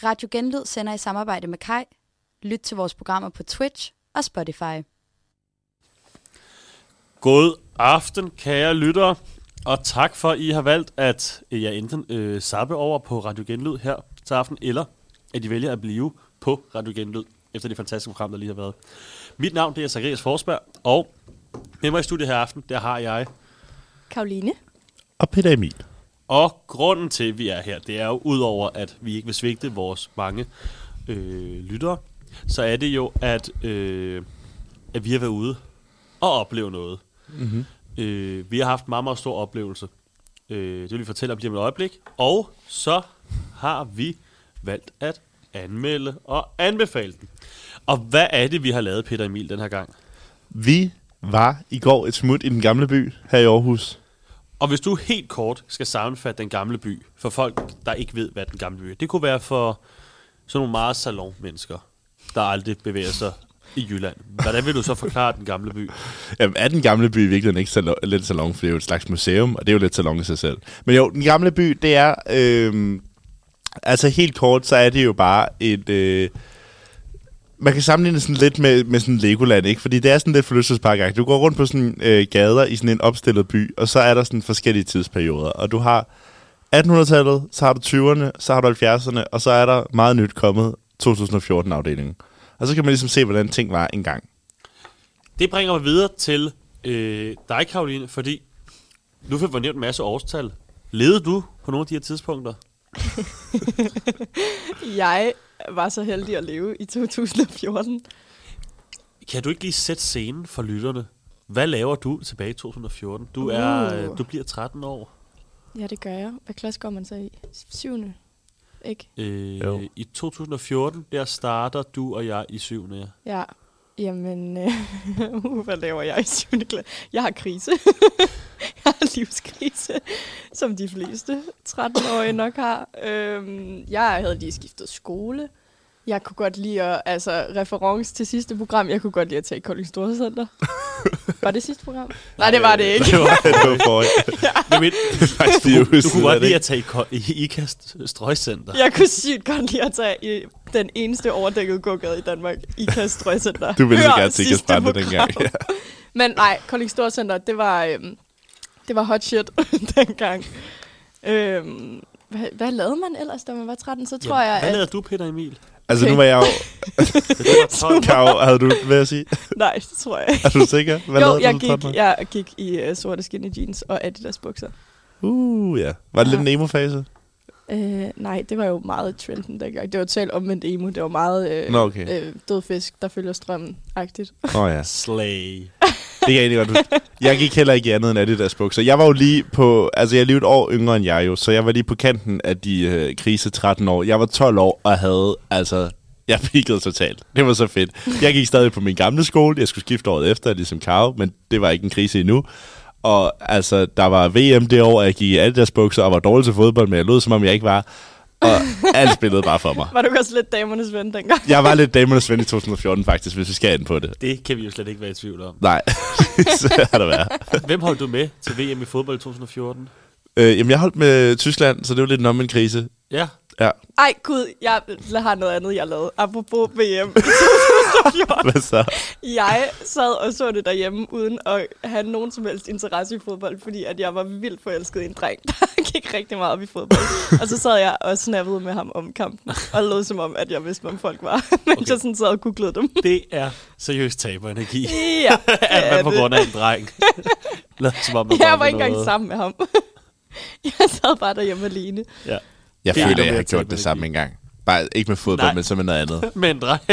Radio Genlyd sender i samarbejde med Kai. Lyt til vores programmer på Twitch og Spotify. God aften, kære lyttere, og tak for, at I har valgt, at jeg enten zappe over på Radio Genlyd her til aften, eller at I vælger at blive på Radio Genlyd, efter det fantastiske program, der lige har været. Mit navn, det er Zacharias Forsberg, og med mig i studiet her aften, der har jeg Karoline og Peter Emil. Og grunden til, at vi er her, det er jo udover, at vi ikke vil svigte vores mange lyttere, så er det jo, at vi har været ude og opleve noget. Mm-hmm. Vi har haft en meget, meget stor oplevelse. Det vil vi fortælle om lige om et øjeblik. Og så har vi valgt at anmelde og anbefale den. Og hvad er det, vi har lavet, Peter Emil, den her gang? Vi var i går et smut i den gamle by her i Aarhus. Og hvis du helt kort skal sammenfatte den gamle by, for folk, der ikke ved, hvad den gamle by er. Det kunne være for sådan nogle meget salonmennesker, der aldrig bevæger sig i Jylland. Hvordan vil du så forklare den gamle by? Jamen, er den gamle by virkelig ikke lidt salon, for det er jo et slags museum, og det er jo lidt salon i sig selv. Men jo, den gamle by, det er... altså helt kort, så er det jo bare et... man kan sammenligne sådan lidt med sådan Legoland, ikke? Fordi det er sådan lidt forlystelsesparkagtigt. Du går rundt på sådan gader i sådan en opstillet by, og så er der sådan forskellige tidsperioder. Og du har 1800-tallet, så har du 20'erne, så har du 70'erne, og så er der meget nyt kommet 2014-afdelingen. Og så kan man ligesom se, hvordan ting var engang. Det bringer mig videre til dig, Karoline, fordi nu fik vi nævnt en masse årstal. Levede du på nogle af de her tidspunkter? Jeg var så heldig at leve i 2014. Kan du ikke lige sætte scenen for lytterne? Hvad laver du tilbage i 2014? Du bliver 13 år. Ja, det gør jeg. Hvad klasse går man så i? 7. Ikke? I 2014, der starter du og jeg i 7. Ja. Jamen, hvad laver jeg i 7. klasse? Jeg har krise. Jeg har livskrise, som de fleste 13-årige nok har. Jeg havde lige skiftet skole. Jeg kunne godt lide at, reference til sidste program, jeg kunne godt lide at tage Kolding Storcenter. Var det sidste program? Nej, det var det ikke. Det var for Du kunne godt lide at tage i IKAST Strøgcenter. Jeg kunne sygt godt lide at tage i den eneste overdækkede gågade i Danmark, IKAST Strøgcenter. Du ville så gerne til IKAST Brande dengang. Ja. Men nej, Kolding Storcenter, det var hot shit dengang. Hvad lavede man ellers, da man var 13? Så tror jeg, hvad lavede du, Peter Emil? Altså, nu var jeg jo... Karo, havde du hvad at sige? Nej, det tror jeg ikke. Er du sikker? Jeg gik i sorte skinny jeans og Adidas bukser. Ja. Var det lidt en emo-fase? Nej, det var jo meget trenden dengang. Det var totalt omvendt emo. Det var meget død fisk, der følger strømmen-agtigt. Ja. Slay. Det er egentlig godt. Jeg gik heller ikke i andet end Adidas bukser. Jeg var jo lige på... Altså, jeg er lige et år yngre end jeg jo, så jeg var lige på kanten af de krise 13 år. Jeg var 12 år og havde... Altså, jeg peakede totalt. Det var så fedt. Jeg gik stadig på min gamle skole. Jeg skulle skifte året efter, ligesom Karo, men det var ikke en krise endnu. Og altså, der var VM det år, jeg gik i Adidas bukser og var dårlig til fodbold, men jeg lød, som om jeg ikke var... Og alt spillede bare for mig. Var du også lidt damernes ven dengang? Jeg var lidt damernes ven i 2014 faktisk, hvis vi skal ind på det. Det kan vi jo slet ikke være i tvivl om. Nej, så er der været. Hvem holdt du med til VM i fodbold i 2014? Jamen, jeg holdt med Tyskland, så det var lidt en omvendt krise. Ja. Ej, gud, jeg har noget andet, jeg lavede. Apropos VM i 2014. Hvad så? Jeg sad og så det derhjemme, uden at have nogen som helst interesse i fodbold, fordi at jeg var vildt forelsket i en dreng, der gik rigtig meget op i fodbold. Og så sad jeg og snappede med ham om kampen, og lød som om, at jeg vidste, hvem folk var, mens jeg sådan sad og googlede dem. Det er seriøst taberenergi. Ja, at man på grund af en dreng. Som om, jeg var ikke engang sammen med ham. Jeg sad bare derhjemme alene. Ja. Jeg føler, jeg har gjort det samme engang. Bare ikke med fodbold, men som med noget andet. Med en dreng.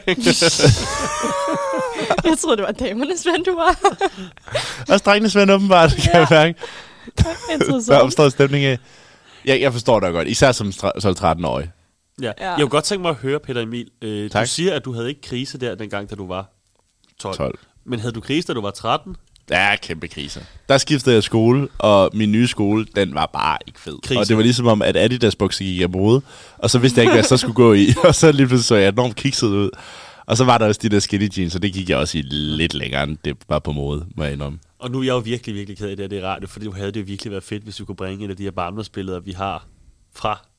Jeg troede, det var damernes ven, du var. Også drengenes ven, åbenbart, kan jeg mærke. Der opstår stemning af. Jeg forstår dig godt, især som 13-årig. Ja. Jeg kunne godt tænke mig at høre, Peter Emil. Du siger, at du havde ikke krise der, dengang, da du var 12. Men havde du krise, da du var 13? Ja, kæmpe kriser. Der skiftede jeg skole, og min nye skole, den var bare ikke fed. Krise. Og det var ligesom om, at Adidas bukser gik af mode, og så vidste jeg ikke, hvad jeg så skulle gå i. Og så lige pludselig så jeg enormt kikset ud. Og så var der også de der skinny jeans, og det gik jeg også i lidt længere, end det var på mode, må jeg indrømme. Og nu er jeg jo virkelig, virkelig ked af det radio, fordi det havde det jo virkelig været fedt, hvis vi kunne bringe et af de her barndomsbilleder, vi har fra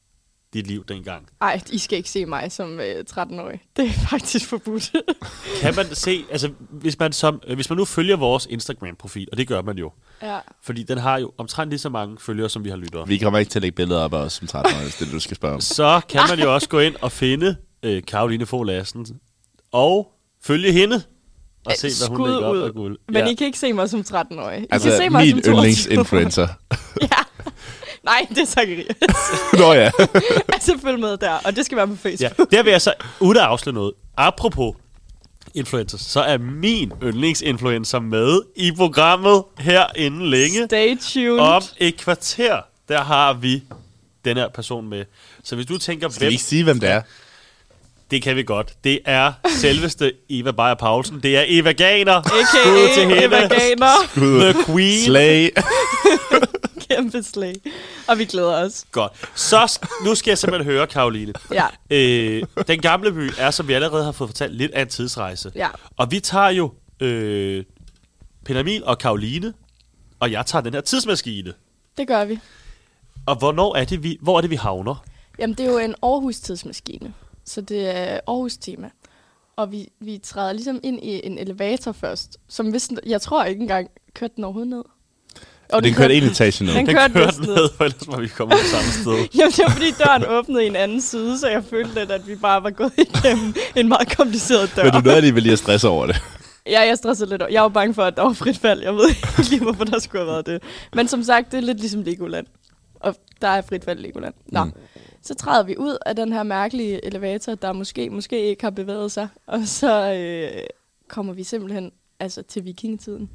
dit liv dengang? Ej, I skal ikke se mig som 13-årig. Det er faktisk forbudt. Kan man se, altså hvis man nu følger vores Instagram-profil, og det gør man jo, Ja. fordi den har jo omtrent lige så mange følgere, som vi har lyttere. Vi kommer ikke til at lægge billeder op af os som 13-årige, hvis det er, du skal spørge om. Så kan man jo også gå ind og finde Caroline Fogh Larsen og følge hende og se, hvad hun Skud lægger op ud. af guld. Men I kan ikke se mig som 13-årig. I Altså, kan se mig min som 22. yndlingsinfluencer. Ja. Nej, det er Zacharias. Nå ja. Altså, følg med der. Og det skal være på Ja, Facebook. der vil jeg så, uden at afsløre noget, apropos influencers, så er min yndlingsinfluencer med i programmet her inden længe. Stay tuned. Om et kvarter, der har vi den her person med. Så hvis du tænker, Skal vi ikke sige, hvem det er? det kan vi godt. Det er selveste Eva Beyer Paulsen. Det er Eva Ganer. Skud til A.k.a. hende. Eva Ganer. The Queen. Slay. Kæmpe slag. Og vi glæder os. Godt. Så nu skal jeg simpelthen høre, Caroline. Ja. Den gamle by er, som vi allerede har fået fortalt, lidt af en tidsrejse. Ja. Og vi tager jo Peter Emil og Caroline, og jeg tager den her tidsmaskine. Det gør vi. Og hvor er det, vi havner? Jamen, det er jo en Aarhus-tidsmaskine. Så det er Aarhus-tema. Og vi træder ligesom ind i en elevator først, som hvis jeg tror ikke engang kørte den overhovedet ned. Og Den kørte en etage ned. Den Den kørte kørte vist ned, for ellers var vi kommet på samme sted. Jamen, det var fordi døren åbnede i en anden side, så jeg følte lidt, at vi bare var gået igennem en meget kompliceret dør. Men du nåede alligevel lige at stresse over det. Ja, jeg stressede lidt. Jeg var bange for, at der var frit fald. Jeg ved ikke lige, hvorfor der skulle have været det. Men som sagt, det er lidt ligesom Legoland. Og der er frit fald i Legoland. Nå. Så træder vi ud af den her mærkelige elevator, der måske ikke har bevæget sig. Og så kommer vi simpelthen til vikingetiden.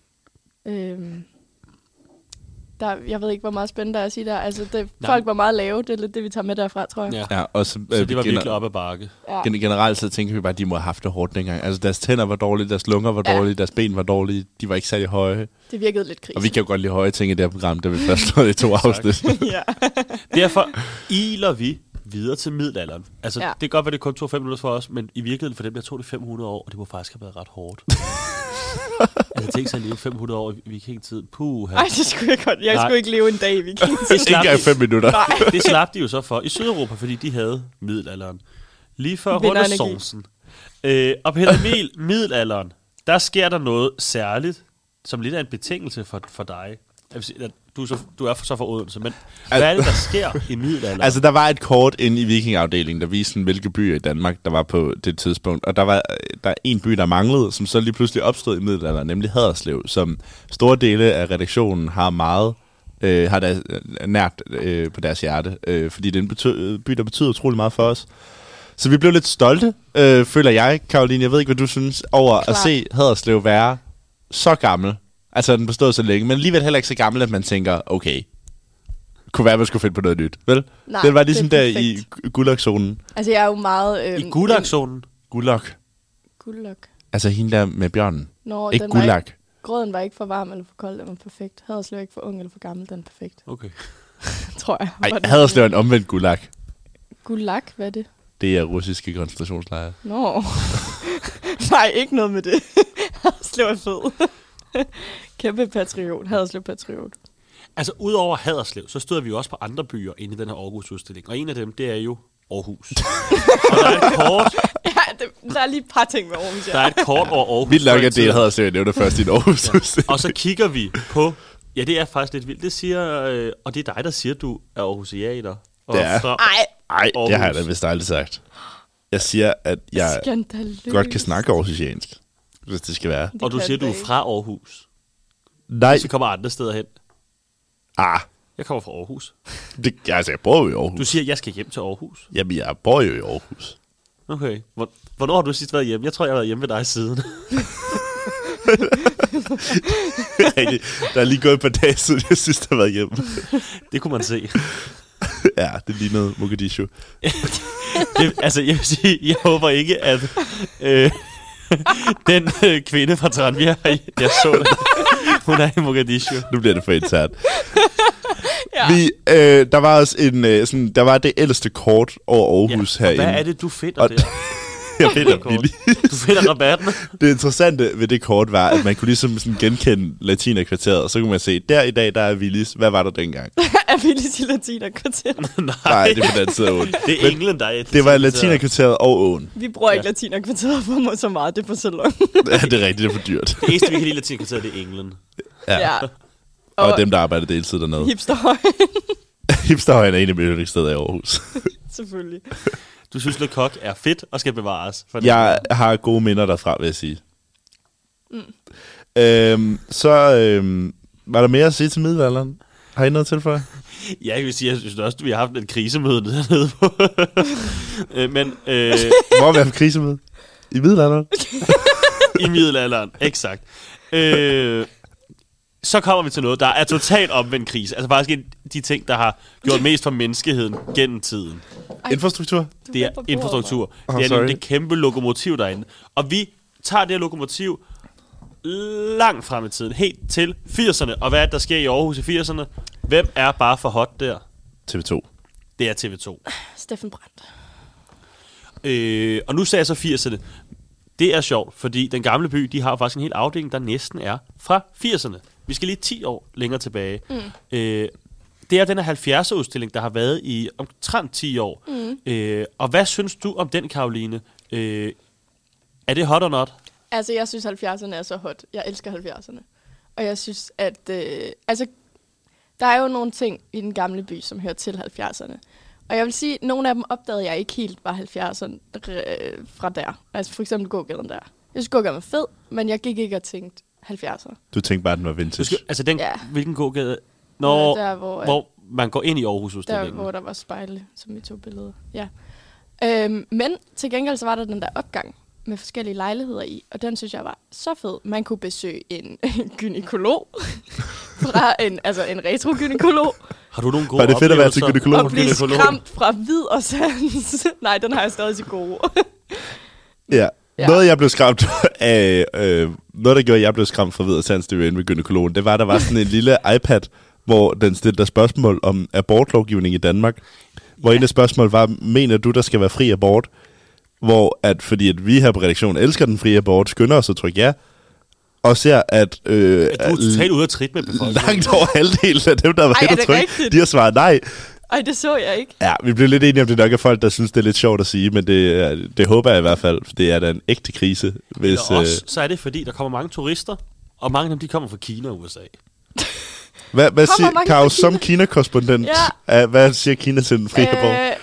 Jeg ved ikke, hvor meget spændende der er at sige der. Altså, folk var meget lave. Det er lidt det, vi tager med derfra, tror jeg. Ja. Ja, og Så det var virkelig op ad bakke. Ja. Generelt så tænker vi bare, at de må have haft det hårdt dengang. Altså deres tænder var dårlige, deres lunger var dårlige, deres ben var dårlige, de var ikke særlig høje. Det virkede lidt krise. Og vi kan jo godt lide høje ting i det her program, da vi først nåede i 2 afsnit. Ja. Derfor iler vi videre til middelalderen. Altså, Ja. det kan godt være, det kun tog 5 minutter for os, men i virkeligheden for dem, der tog det 500 år, og det må faktisk have været ret hårdt. Altså, tænk sig at leve 500 år i vikingetiden. Puh. Ej, det skulle jeg godt. Jeg skulle ikke leve en dag i vikingetiden. Det Ikke engang 5 minutter. Nej. Det slap de jo så for i Sydeuropa, fordi de havde middelalderen. Lige før Vinderenergi. Renaissancen. Og Peter Emil, middelalderen, der sker der noget særligt, som lidt er en betingelse for dig. Jeg vil sige, at du er så fra Odense, men hvad er det, der sker i middelalderen? Altså, der var et kort inde i vikingafdelingen, der viste, hvilke byer i Danmark, der var på det tidspunkt. Og der er en by, der manglede, som så lige pludselig opstod i middelalderen, nemlig Haderslev, som store dele af redaktionen har meget har der nært på deres hjerte, fordi det er en by, der betyder utrolig meget for os. Så vi blev lidt stolte, føler jeg, Caroline. Jeg ved ikke, hvad du synes over at se Haderslev være så gammel. Altså, den bestod så længe, men alligevel heller ikke så gammel, at man tænker, okay, kunne være, at man skulle finde på noget nyt, vel? Nej, den var ligesom det er der i Gulag-zonen. Altså, jeg er jo meget... I Gulag-zonen? Gulag. Gulag. Altså, hende der med bjørnen. Nå, ikke den var Gulag. ikke, grøden var ikke for varm eller for kold, den var perfekt. Haderslev ikke for ung eller for gammel, den er perfekt. Okay. Tror jeg. Ej, Haderslev er en omvendt Gulag. Gulag, hvad er det? Det er russiske koncentrationslejre. Nå. Nej, ikke noget med det. Haderslev er fed. Kæmpe patriot. Haderslev patriot. Altså, udover Haderslev, så støder vi jo også på andre byer inde i den her Aarhus-udstilling. Og en af dem, det er jo Aarhus. Og der er et kort... Ja, der er lige et par ting med Aarhus, ja. Der er et kort over Aarhus. Vildt nok, at det er Haderslev, jeg nævnte først i en Aarhus. Og så kigger vi på... Ja, det er faktisk lidt vildt. Det siger... og det er dig, der siger, at du er aarhusianer. Og Det er. fra Ej, Nej, det har jeg da vist aldrig sagt. Jeg siger, at jeg skandaløst. godt kan snakke aarhusiansk, hvis det skal være. Det og du kan siger, at du er jeg ikke. fra Aarhus. Nej, Så kommer andre steder hen. Jeg kommer fra Aarhus. jeg bor jo i Aarhus. Du siger, at jeg skal hjem til Aarhus. Jamen, jeg bor jo i Aarhus. Okay. Hvornår har du sidst været hjemme? Jeg tror, jeg har været hjemme ved dig siden. Der er lige gået et par dage siden, jeg synes, der har været hjemme. Det kunne man se. Ja, det lignede Mogadishu. Altså, jeg vil sige, jeg håber ikke, at den kvinde fra Tranbjerg, jeg så det, hun er i Mogadishu. Nu bliver det for internt. Ja. Der var også der var det ældste kort over Aarhus Ja, og herinde. hvad er det, du finder der? Jeg finder billig. Du finder rabatten. Det interessante ved det kort var, at man kunne ligesom sådan genkende Latina-kvarteret, og så kunne man se, der i dag, der er Willis. Hvad var der dengang? Er Willis i Latina-kvarteret? Nej, det er på den side af åen. Det er England, der er Det var Latina-kvarteret og åen. Vi bruger ikke Latina-kvarteret for mig så meget, det er for salon. Ja, det er rigtigt, det er for dyrt. Det eneste, vi kan lide Latina-kvarteret, det er England. Ja. Og dem, der arbejder deltid dernede. Hipsterhøjen. Hipsterhøjen er en af mine yndlingssteder i Aarhus. Selvfølgelig. Du synes, Le Coq er fedt og skal bevares? For Jeg har gode minder derfra, vil jeg sige. Var der mere at sige til middelalderen? Har I noget til for? Ja, jeg vil sige, jeg synes også, vi har haft et krisemøde dernede på. Men Hvor har vi haft krisemøde? I middelalderen? i middelalderen, exakt. Så kommer vi til noget, der er totalt omvendt krise. Altså faktisk de ting, der har gjort mest for menneskeheden gennem tiden. Infrastruktur? Det er infrastruktur. Oh, det er sorry. nemlig det kæmpe lokomotiv derinde. Og vi tager det her lokomotiv langt frem i tiden, helt til 80'erne. Og hvad er det, der sker i Aarhus i 80'erne? Hvem er bare for hot der? TV2. Det er TV2. Steffen Brandt. Og nu sagde jeg så 80'erne. Det er sjovt, fordi den gamle by, de har faktisk en hel afdeling, der næsten er fra 80'erne. Vi skal lige 10 år længere tilbage. Det er den her 70'er-udstilling, der har været i omtrent 10 år. Og hvad synes du om den, Karoline? Er det hot or not? Altså, jeg synes, 70'erne er så hot. Jeg elsker 70'erne. Og jeg synes, at... der er jo nogle ting i den gamle by, som hører til 70'erne. Og jeg vil sige, at nogle af dem opdagede jeg ikke helt var 70'erne fra der. Altså for eksempel gågaden der. Jeg synes, gågaden var fed, men jeg gik ikke og tænkte 70'ere. Du tænkte bare, at den var vintage. Altså den, hvilken gågade? Der, hvor man går ind i Aarhus-udstillingen. Der, hvor der var spejle, som vi tog billeder. Ja. Men til gengæld så var der den der opgang med forskellige lejligheder i, og den synes jeg var så fed. Man kunne besøge en gynekolog, fra en retro-gynekolog. Har du nogle gode var det fedt at være til oplevelser? gynekolog? Og blive skræmt fra vid og sans. Nej, den har jeg stadig til gode. Ja. Ja. Noget, jeg blev skræmt af... noget, der gjorde, at jeg blev skræmt fra vid og sans, det var inde ved gynekologen, det var, der var sådan en lille iPad, hvor den stillede spørgsmål om abortlovgivning i Danmark. Hvor en af spørgsmål var, mener du, der skal være fri abort? Hvor fordi at vi her på redaktionen elsker den frie abort, skynder os at trykke ja, og ser, at Du er totalt ude af trit med befolkningen. langt over halvdelen af dem, der var Ej, inde er og det trykke, rigtigt? de har svaret nej. Ej, det så jeg ikke. Ja, vi blev lidt enige om, det nok er folk, der synes, det er lidt sjovt at sige, men det håber jeg i hvert fald, for det er da en ægte krise. Hvis, Også, så er det fordi, der kommer mange turister, og mange af dem, de kommer fra Kina og USA. hvad siger mange Karo, fra som Kina-korrespondent, hvad siger Kina til den frie abort?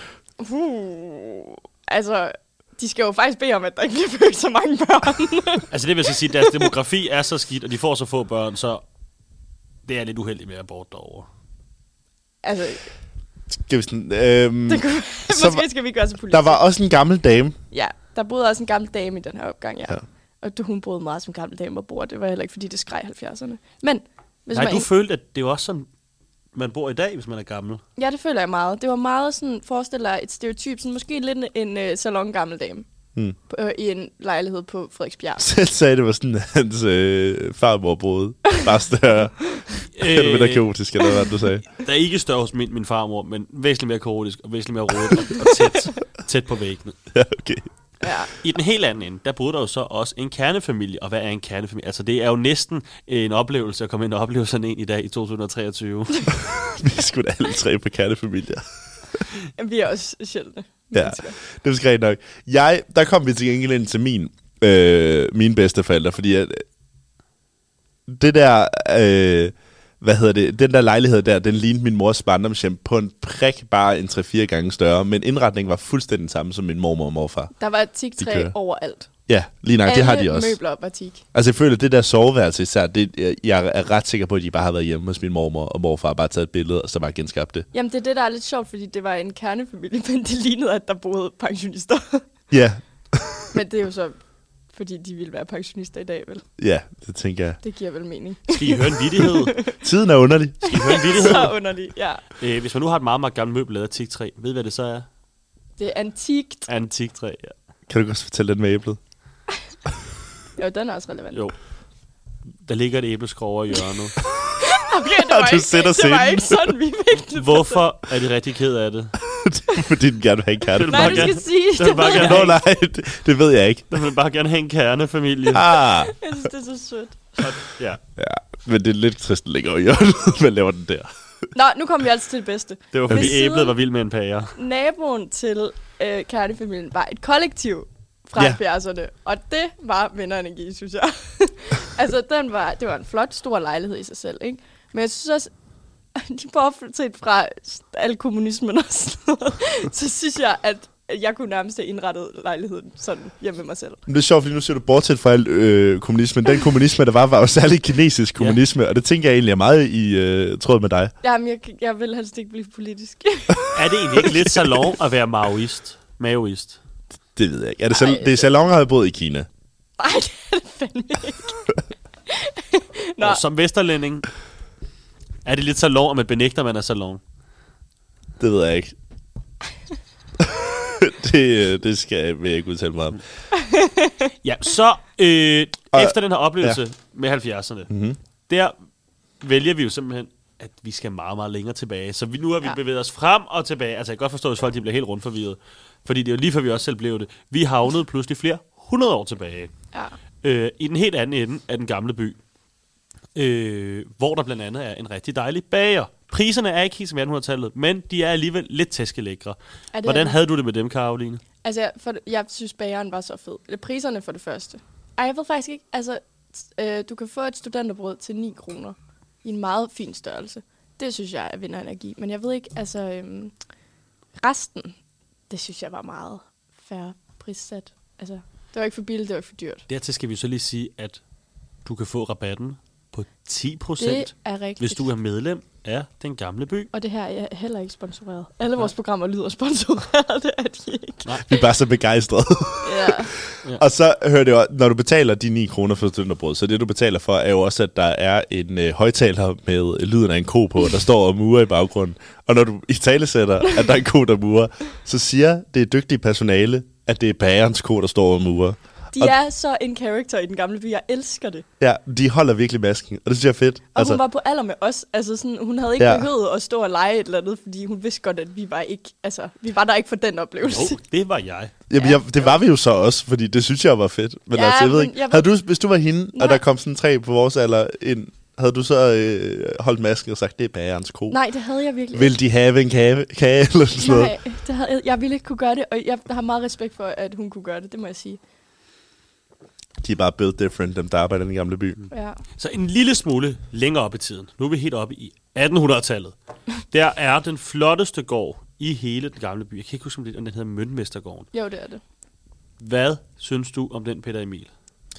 Altså, de skal jo faktisk bede om, at der ikke bliver født så mange børn. Altså det vil så sige, at deres demografi er så skidt, og de får så få børn, så det er lidt uheldigt med abort derovre. Altså, Skal vi sådan, det kunne, måske skal vi gøre så politisk. der var også en gammel dame. Ja, der boede også en gammel dame i den her opgang, ja. Ja. Og hun boede meget som gammel dame og bor. Det var heller ikke, fordi det skreg 70'erne. Men, hvis Nej, man du følte, at det er også sådan, man bor i dag, hvis man er gammel. Ja, det føler jeg meget. Det var meget sådan, forestil dig et stereotyp, sådan måske lidt en salon gammel dame. I en lejlighed på Frederiksbjerg. Selv sagde, det var sådan, hans farmor boede. Bare større. Er det mere kaotisk, eller hvad du sagde? Der er ikke større hos min farmor, men væsentligt mere kaotisk, og væsentligt mere rodet og tæt på væggene. Ja, okay. Ja. I den helt anden ende, der boede der jo så også en kernefamilie. Og hvad er en kernefamilie? Altså det er jo næsten en oplevelse at komme ind og opleve sådan en i dag i 2023. Vi er sgu da alle tre på kernefamilier. Jamen, vi er også sjældne. Ja, det er skrevet nok. Der kom vi til gengæld ind til mine bedsteforældre, fordi at, det der, den der lejlighed der, den lignede min mors barndomshjem på en prik, bare en 3-4 gange større, men indretningen var fuldstændig den samme som min mormor og morfar. Der var et teaktræ overalt. Ja, lige nok, det har de også. Alle møbler var teak. Altså jeg føler, at det der soveværelse især, jeg er ret sikker på, at de bare har været hjemme hos min mormor og morfar og bare taget et billede, og så bare genskabt det. Jamen det er det, der er lidt sjovt, fordi det var en kernefamilie, men det lignede, at der boede pensionister. Ja. Men det er jo så, fordi de ville være pensionister i dag, vel? Ja, det tænker jeg. Det giver vel mening. Skal I høre en vittighed? Tiden er underlig. Skal I høre en vittighed? Så underligt, ja. Hvis man nu har et meget, meget gammelt møbel lavet af teaktræ, ved I, hvad det så er? Det er antikt. Antiktræ, ja. Kan du også fortælle den med æblet? Jo, den er også relevant. Jo. Der ligger et æbleskrog over i hjørnet. Okay, det var, du sætter det var scenen. ikke sådan, vi fik det. Hvorfor er de rigtig ked af det? fordi den gerne vil have en kerne. Hvad er det, du skal sige? Den vil bare gerne Nå, have, nej, det ved jeg ikke. den vil bare gerne have en kernefamilie. Ah, Jeg synes, det er så sødt. Ja. ja, men det er lidt trist længere i hjørnet, man laver den der. Nå, nu kommer vi altså til det bedste. Det var Ved fordi siden- æblet var vild med en pære. Naboen til kernefamilien var et kollektiv fra Ja. 70'erne, og det var Vinderenergi, synes jeg. Altså, det var en flot, stor lejlighed i sig selv, ikke? Men jeg synes også, bortset fra al kommunismen og sådan noget, så synes jeg, at jeg kunne nærmest have indrettet lejligheden sådan hjemme med mig selv. Men det er sjovt, fordi nu siger du bortset fra alt kommunismen. Den kommunisme, der var jo særlig kinesisk kommunisme, og det tænker jeg egentlig er meget i tråd med dig. Jamen, jeg vil helst ikke blive politisk. Er det egentlig ikke lidt salon at være maoist? Det ved jeg ikke. Det er salonger, har boet i Kina. Nej, det er det fandme ikke. Nå, Og som vesterlænding, er det lidt salon, at man benægter, man er salon? Det ved jeg ikke. Det vil jeg ikke udtale mig om. Ja, så efter den her oplevelse med 70'erne, der vælger vi jo simpelthen, at vi skal meget, meget længere tilbage. Så nu har vi bevæget os frem og tilbage. Altså, jeg kan godt forstå, hvis folk de bliver helt rundt forvirret. Fordi det er jo lige før vi også selv blev det. Vi havnede pludselig flere 100 år tilbage. ja. I den helt anden ende af den gamle by. Hvor der blandt andet er en rigtig dejlig bager. Priserne er ikke helt som 1800-tallet, men de er alligevel lidt tæskelækre. Hvordan havde du det med dem, Karoline? Altså, jeg synes, bageren var så fed. Priserne for det første. Ej, jeg ved faktisk ikke. Altså, du kan få et studenterbrød til 9 kroner i en meget fin størrelse. Det synes jeg er Vinderenergi. Men jeg ved ikke, altså, resten, det synes jeg var meget fair prissat. Altså, det var ikke for billigt, det var ikke for dyrt. Dertil skal vi så lige sige, at du kan få rabatten på 10%, Det er rigtigt. hvis du er medlem af den gamle by. Og det her er heller ikke sponsoreret. Alle vores programmer lyder sponsoreret, det er de ikke. Nej. Vi er bare så begejstrede. Ja. Og så hører det jo, når du betaler de 9 kroner for studenterbrød, så det du betaler for er jo også, at der er en højtaler med lyden af en ko på, der står og murer i baggrunden. Og når du i talesætter, at der er en ko, der murer, så siger det dygtige personale, at det er bagerens ko, der står og murer. De er så en character i den gamle by. Jeg elsker det. Ja, de holder virkelig masken, og det synes jeg er fedt. Og hun var på alder med os. Altså sådan, hun havde ikke Ja. behøvet at stå og lege et eller andet, fordi hun vidste godt, at vi var der ikke for den oplevelse. Jo, det var jeg. Jamen, det var vi jo så også, fordi det synes jeg var fedt. Men Ja, altså, jeg ved men ikke, jeg havde du, hvis du var hende, Nej. og der kom sådan 3 på vores alder ind, havde du så holdt masken og sagt, det er bagerens ko? Nej, det havde jeg virkelig Vil de have en kage eller sådan noget? Nej, det havde, jeg ville ikke kunne gøre det, og jeg har meget respekt for, at hun kunne gøre det, det må jeg sige. De er bare built different, dem der arbejder i den gamle by. Ja. Så en lille smule længere op i tiden. Nu er vi helt oppe i 1800-tallet. Der er den flotteste gård i hele den gamle by. Jeg kan ikke huske, om den hedder Møntmestergården. Jo, det er det. Hvad synes du om den, Peter Emil?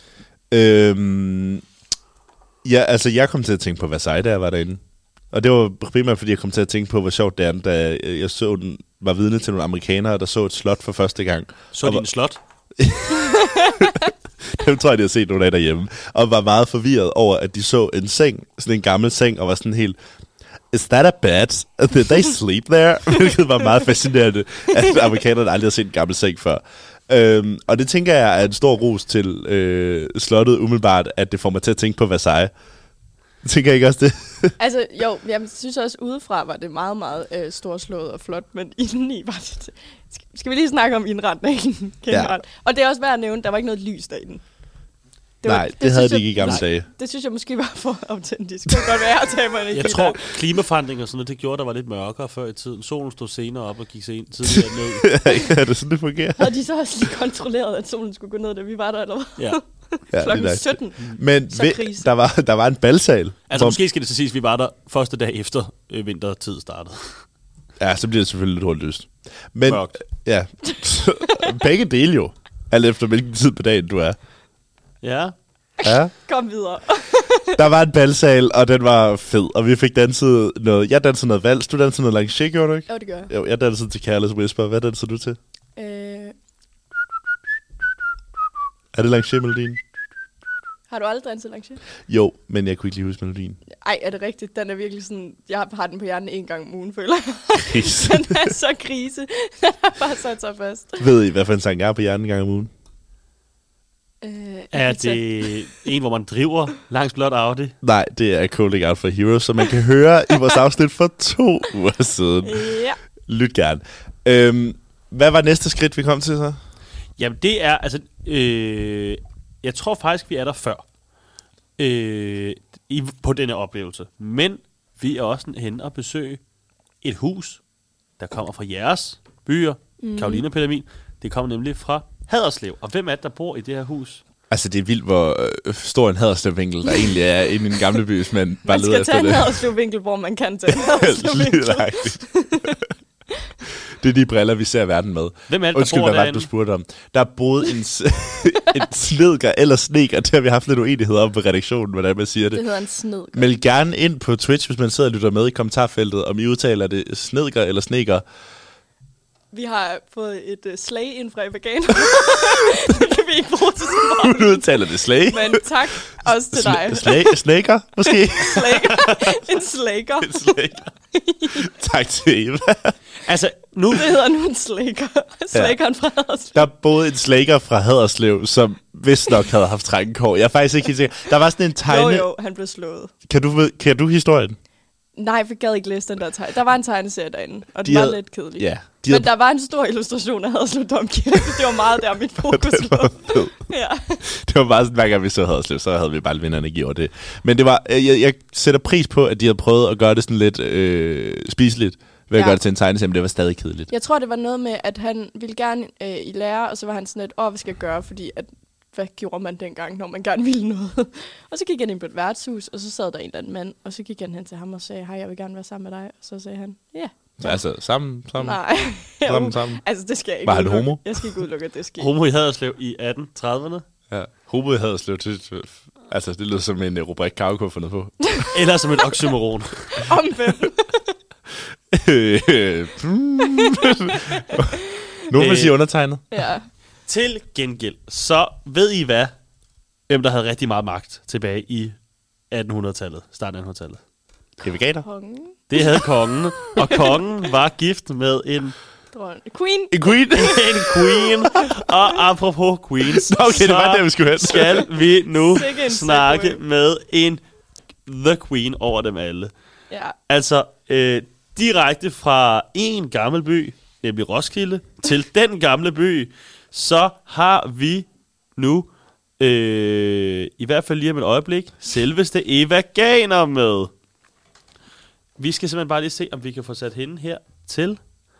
Ja, altså jeg kom til at tænke på Versailles, da jeg var derinde. Og det var primært, fordi jeg kom til at tænke på, hvor sjovt det er, da jeg så den, var vidne til nogle amerikanere, der så et slot for første gang. Så Og din slot? Dem tror jeg, de har set nogle af derhjemme. Og var meget forvirret over, at de så en seng, sådan en gammel seng, og var sådan helt... Is that a bed? Did they sleep there? Hvilket var meget fascinerende, at amerikanerne aldrig har set en gammel seng før. Og det tænker jeg er en stor ros til slottet umiddelbart, at det får mig til at tænke på Versailles. Tænker jeg ikke også det? Altså, jo, jeg synes også, udefra var det meget, meget storslået og flot, men indeni var det... Skal vi lige snakke om indretningen generelt? Ja. Og det er også værd at nævne, der var ikke noget lys derinde. Det havde synes de jeg- ikke i gamle nej, dage. Det synes jeg måske var for autentisk. Det kan godt være, at tage mig Jeg tror, klimaforandringer og sådan noget, det gjorde, der var lidt mørkere før i tiden. Solen stod senere op og gik tidligere ned. Er det sådan, det fungerer? Havde de så også lige kontrolleret, at solen skulle gå ned, da vi var der, eller hvad? Ja. Ja, Klokken det er 17. Men Så krise. der var en balsal. Altså måske skal det så siges, at vi var der første dag efter vintertid startede. Ja, så bliver det selvfølgelig lidt rundt. Men Mørkt. ja, begge dele jo. Alt efter hvilken tid på dagen du er. Ja. Ja. Kom videre. Der var en balsal, og den var fed. Og vi fik danset noget... Jeg dansede noget vals. Du dansede noget lancier, gjorde du ikke? Jo, det gør jeg. Jo, jeg dansede til Careless Whisper. Hvad dansede du til? Er det lancier-melodien? Har du aldrig danset lancier? Jo, men jeg kunne ikke lige huske melodien. Ej, er det rigtigt? Den er virkelig sådan... Jeg har den på hjernen en gang om ugen, føler jeg. Kris. Den er så krise. Den er bare sat sig fast. Ved I, hvad for en sang jeg har på hjernen en gang om ugen? Er det en, hvor man driver langs blot Audi? Nej, det er Calling Out for Heroes, som man kan høre i vores afsnit for 2 uger siden. Ja. Lyt gerne. Hvad var næste skridt, vi kom til så? Jamen, det er, altså, jeg tror faktisk, vi er der før, på denne oplevelse. Men vi er også henne og besøge et hus, der kommer fra jeres byer, Karoline og Peter Emil. Det kommer nemlig fra Haderslev. Og hvem er det, der bor i det her hus? Altså, det er vildt, hvor stor en Haderslev-vinkel, der egentlig er inde i den gamle by, hvis man bare leder efter det. Man skal tage en Haderslev-vinkel, hvor man kan tage en Haderslev-vinkel. Det er de briller, vi ser verden med. Hvem er det, Undskyld, hvad var det, du spurgte om? Der er både en snedker eller sneker. Det har vi haft lidt uenigheder om på redaktionen, hvordan man siger det. Det hedder en snedker. Meld gerne ind på Twitch, hvis man sidder og lytter med i kommentarfeltet, om I udtaler det snedker eller sneker. Vi har fået et slag ind fra veganer. Det kan vi ikke bruge til så meget. Du udtaler det slag. Men tak også til dig. Snaker, måske? En slager. En slager. Tak til Eva. Altså, nu... Det hedder nu en slager. Slageren fra Haderslev. Der er både en slager fra Haderslev, som vist nok havde haft trængekår. Jeg er faktisk ikke helt sikker. Der var sådan en tegne... Jo, han blev slået. Kan du historien? Nej, jeg gad ikke læse den der tegn. Der var en tegneserie derinde, og den var lidt kedelig. Ja. Men der var en stor illustration af Haderslev Domkirke. Det var meget der, mit fokus lå. Ja. Det var bare sådan, hver gang vi så Haderslev, så havde vi bare vinderne gjort det. Men det var, jeg sætter pris på, at de havde prøvet at gøre det sådan lidt spiseligt, ved at gøre det til en tegneserie, men det var stadig kedeligt. Jeg tror, det var noget med, at han ville gerne i lære, og så var han sådan lidt, hvad skal jeg gøre, fordi at hvad gjorde man dengang, når man gerne ville noget? Og så gik han ind på et værtshus, og så sad der en eller anden mand, og så gik han hen til ham og sagde, hej, jeg vil gerne være sammen med dig. Og så sagde han, ja. Altså, sammen? Nej. Sammen. Altså, det skal jeg ikke. Var han homo? Jeg skal ikke udelukke, at det sker. Homo i Haderslev i 1830'erne? Ja, homo i Haderslev. Altså, det lyder som en rubrik, Karo kunne have fundet på. Eller som et oxymoron. Om hvem? Nogen vil sige undertegnet. Ja. Til gengæld, så ved I hvad? Hvem der havde rigtig meget magt tilbage i 1800-tallet, starten af 1800-tallet. Veganer? Kongen. Det havde kongen, og kongen var gift med en... Queen. En queen? En queen. Og apropos queens, okay, det var det, vi skulle hen. skal vi nu snakke med en the queen over dem alle. Ja. Altså, direkte fra en gammel by, nemlig Roskilde, til den gamle by, så har vi nu, i hvert fald lige om et øjeblik, selveste Eva Ganer med. Vi skal simpelthen bare lige se, om vi kan få sat hende her til.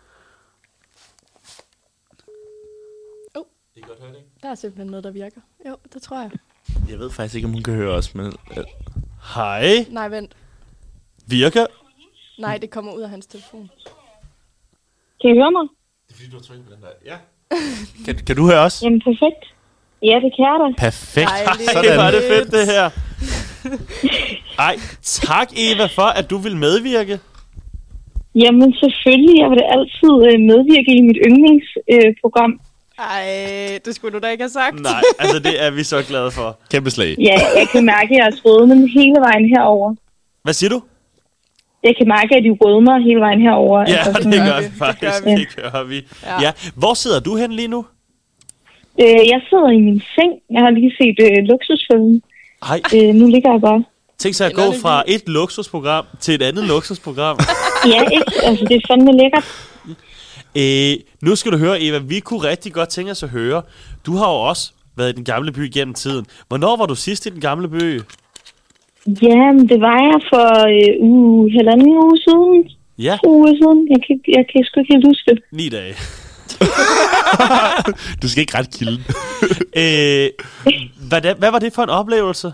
I kan godt høre det, ikke? Der er simpelthen noget, der virker. Jo, det tror jeg. Jeg ved faktisk ikke, om hun kan høre os, men... Hej. Nej, vent. Virker? Nej, det kommer ud af hans telefon. Kan I høre mig? Det er fordi, du har trykket på den der. Ja. Kan du høre os? Jamen, perfekt. Ja, det kan jeg da. Perfekt. Sådan var det fedt, det her. Ej, tak Eva for, at du vil medvirke. Jamen, selvfølgelig. Jeg vil da altid medvirke i mit yndlingsprogram. Ej, det skulle du da ikke have sagt. Nej, altså det er vi så glade for. Kæmpe slag. Ja, jeg kan mærke, at jeg er rødmen hele vejen herover. Hvad siger du? Jeg kan mærke, at de rødmer hele vejen herover. Ja, altså, det gør vi faktisk. det Det gør vi. Ja. Ja. Hvor sidder du hen lige nu? Jeg sidder i min seng. Jeg har lige set luksusfilmen. Hej. Nu ligger jeg bare. Tænk sig at gå fra et luksusprogram til et andet luksusprogram. Ja, ikke? Altså, det er fandme lækkert. Nu skal du høre, Eva, vi kunne rigtig godt tænke os at høre. Du har jo også været i den gamle by gennem tiden. Hvornår var du sidst i den gamle by? Jamen, det var jeg for halvanden uge siden. Ja. 2 uger siden. Jeg kan sgu ikke helt huske det. 9 dage. Du skal ikke ret kilden. Hvad var det for en oplevelse?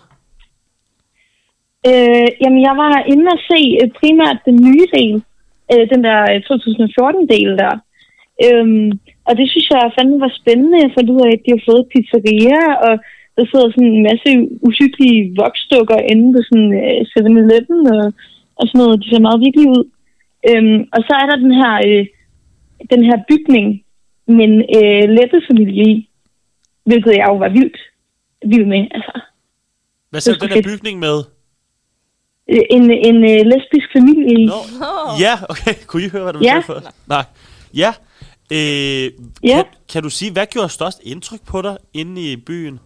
Jamen, jeg var inde og se primært den nye del. Den der 2014-del der. Og det synes jeg fandme var spændende. Jeg fandt ud af, at de har fået pizzeria, og der sidder sådan en masse uhyggelige voksdukker inde på sådan 7-Eleven og sådan noget. De ser meget virkelig ud. Og så er der den her bygning med en læppefamilie i, hvilket jeg jo var vild med. Altså. Hvad så den her bygning med? En lesbisk familie i. Ja, okay. Kunne I høre, hvad du sagde for? Nej. Ja. Kan du sige, hvad gjorde størst indtryk på dig inde i byen?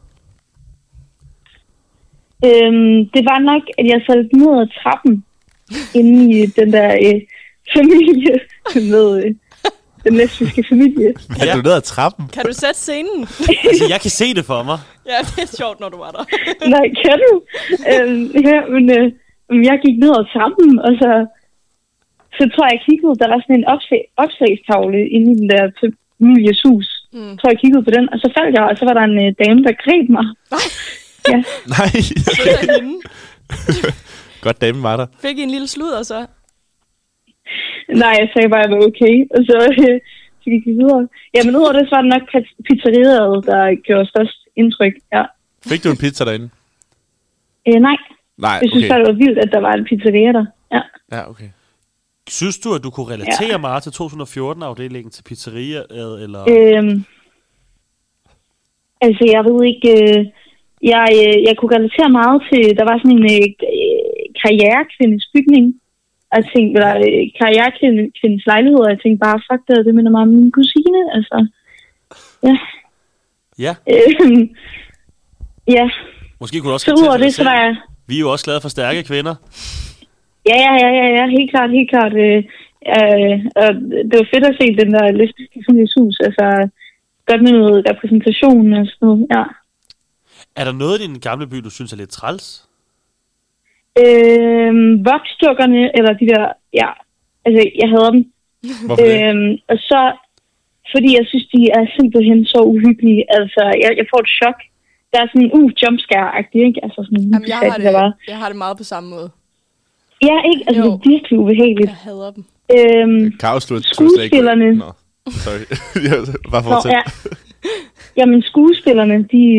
Det var nok, at jeg faldt ned ad trappen inde i den der familie den lesbiske familie. Er du nede ad trappen? Kan du sætte scenen? Altså, jeg kan se det for mig. Ja, det er sjovt, når du var der. Nej, kan du? Ja, men jeg gik ned ad trappen, og så tror jeg kiggede, der var sådan en opslagstavle inde i den der families hus. Så tror jeg kiggede på den, og så faldt jeg, og så var der en dame, der greb mig. Ja. Nej. Så er hende. Godt dame var der. Fik I en lille sludder så? Nej, jeg sagde bare, at jeg var okay, og så gik vi videre. Ja, men udover det, så var det nok pizzeriet, der gjorde størst indtryk. Ja. Fik du en pizza derinde? Nej. Nej, Jeg synes bare, det var vildt, at der var en pizzeria der. Ja. Ja, okay. Synes du, at du kunne relatere meget til 2014-afdelingen, til pizzeriaet, eller? Altså, jeg ved ikke... Jeg kunne relatere meget til... Der var sådan en karrierekvindes bygning. Og jeg tænkte, eller karrierekvindes lejlighed, og jeg tænkte bare, fuck det minder mig om min kusine, altså. Ja. Ja. Ja. Måske kunne du også Så udover det, så var jeg... Vi er jo også glade for stærke kvinder. Ja, helt klart. Og det var fedt at se den der lesbiske families hus, altså godt med noget repræsentation og sådan noget, ja. Er der noget i din gamle by, du synes er lidt træls? Voksdukkerne, eller de der, ja, altså jeg hader dem. Hvorfor det? Og så, fordi jeg synes, de er simpelthen så uhyggelige, altså jeg får et chok. Der er sådan jumpscare-agtigt, ikke? Altså sådan, Jamen, jeg har det meget på samme måde. Ja, ikke? Altså, det er virkelig ubehageligt. Jeg hader dem. Skuespillerne... Nå, sorry. Bare fortsæt. Ja. Jamen, skuespillerne,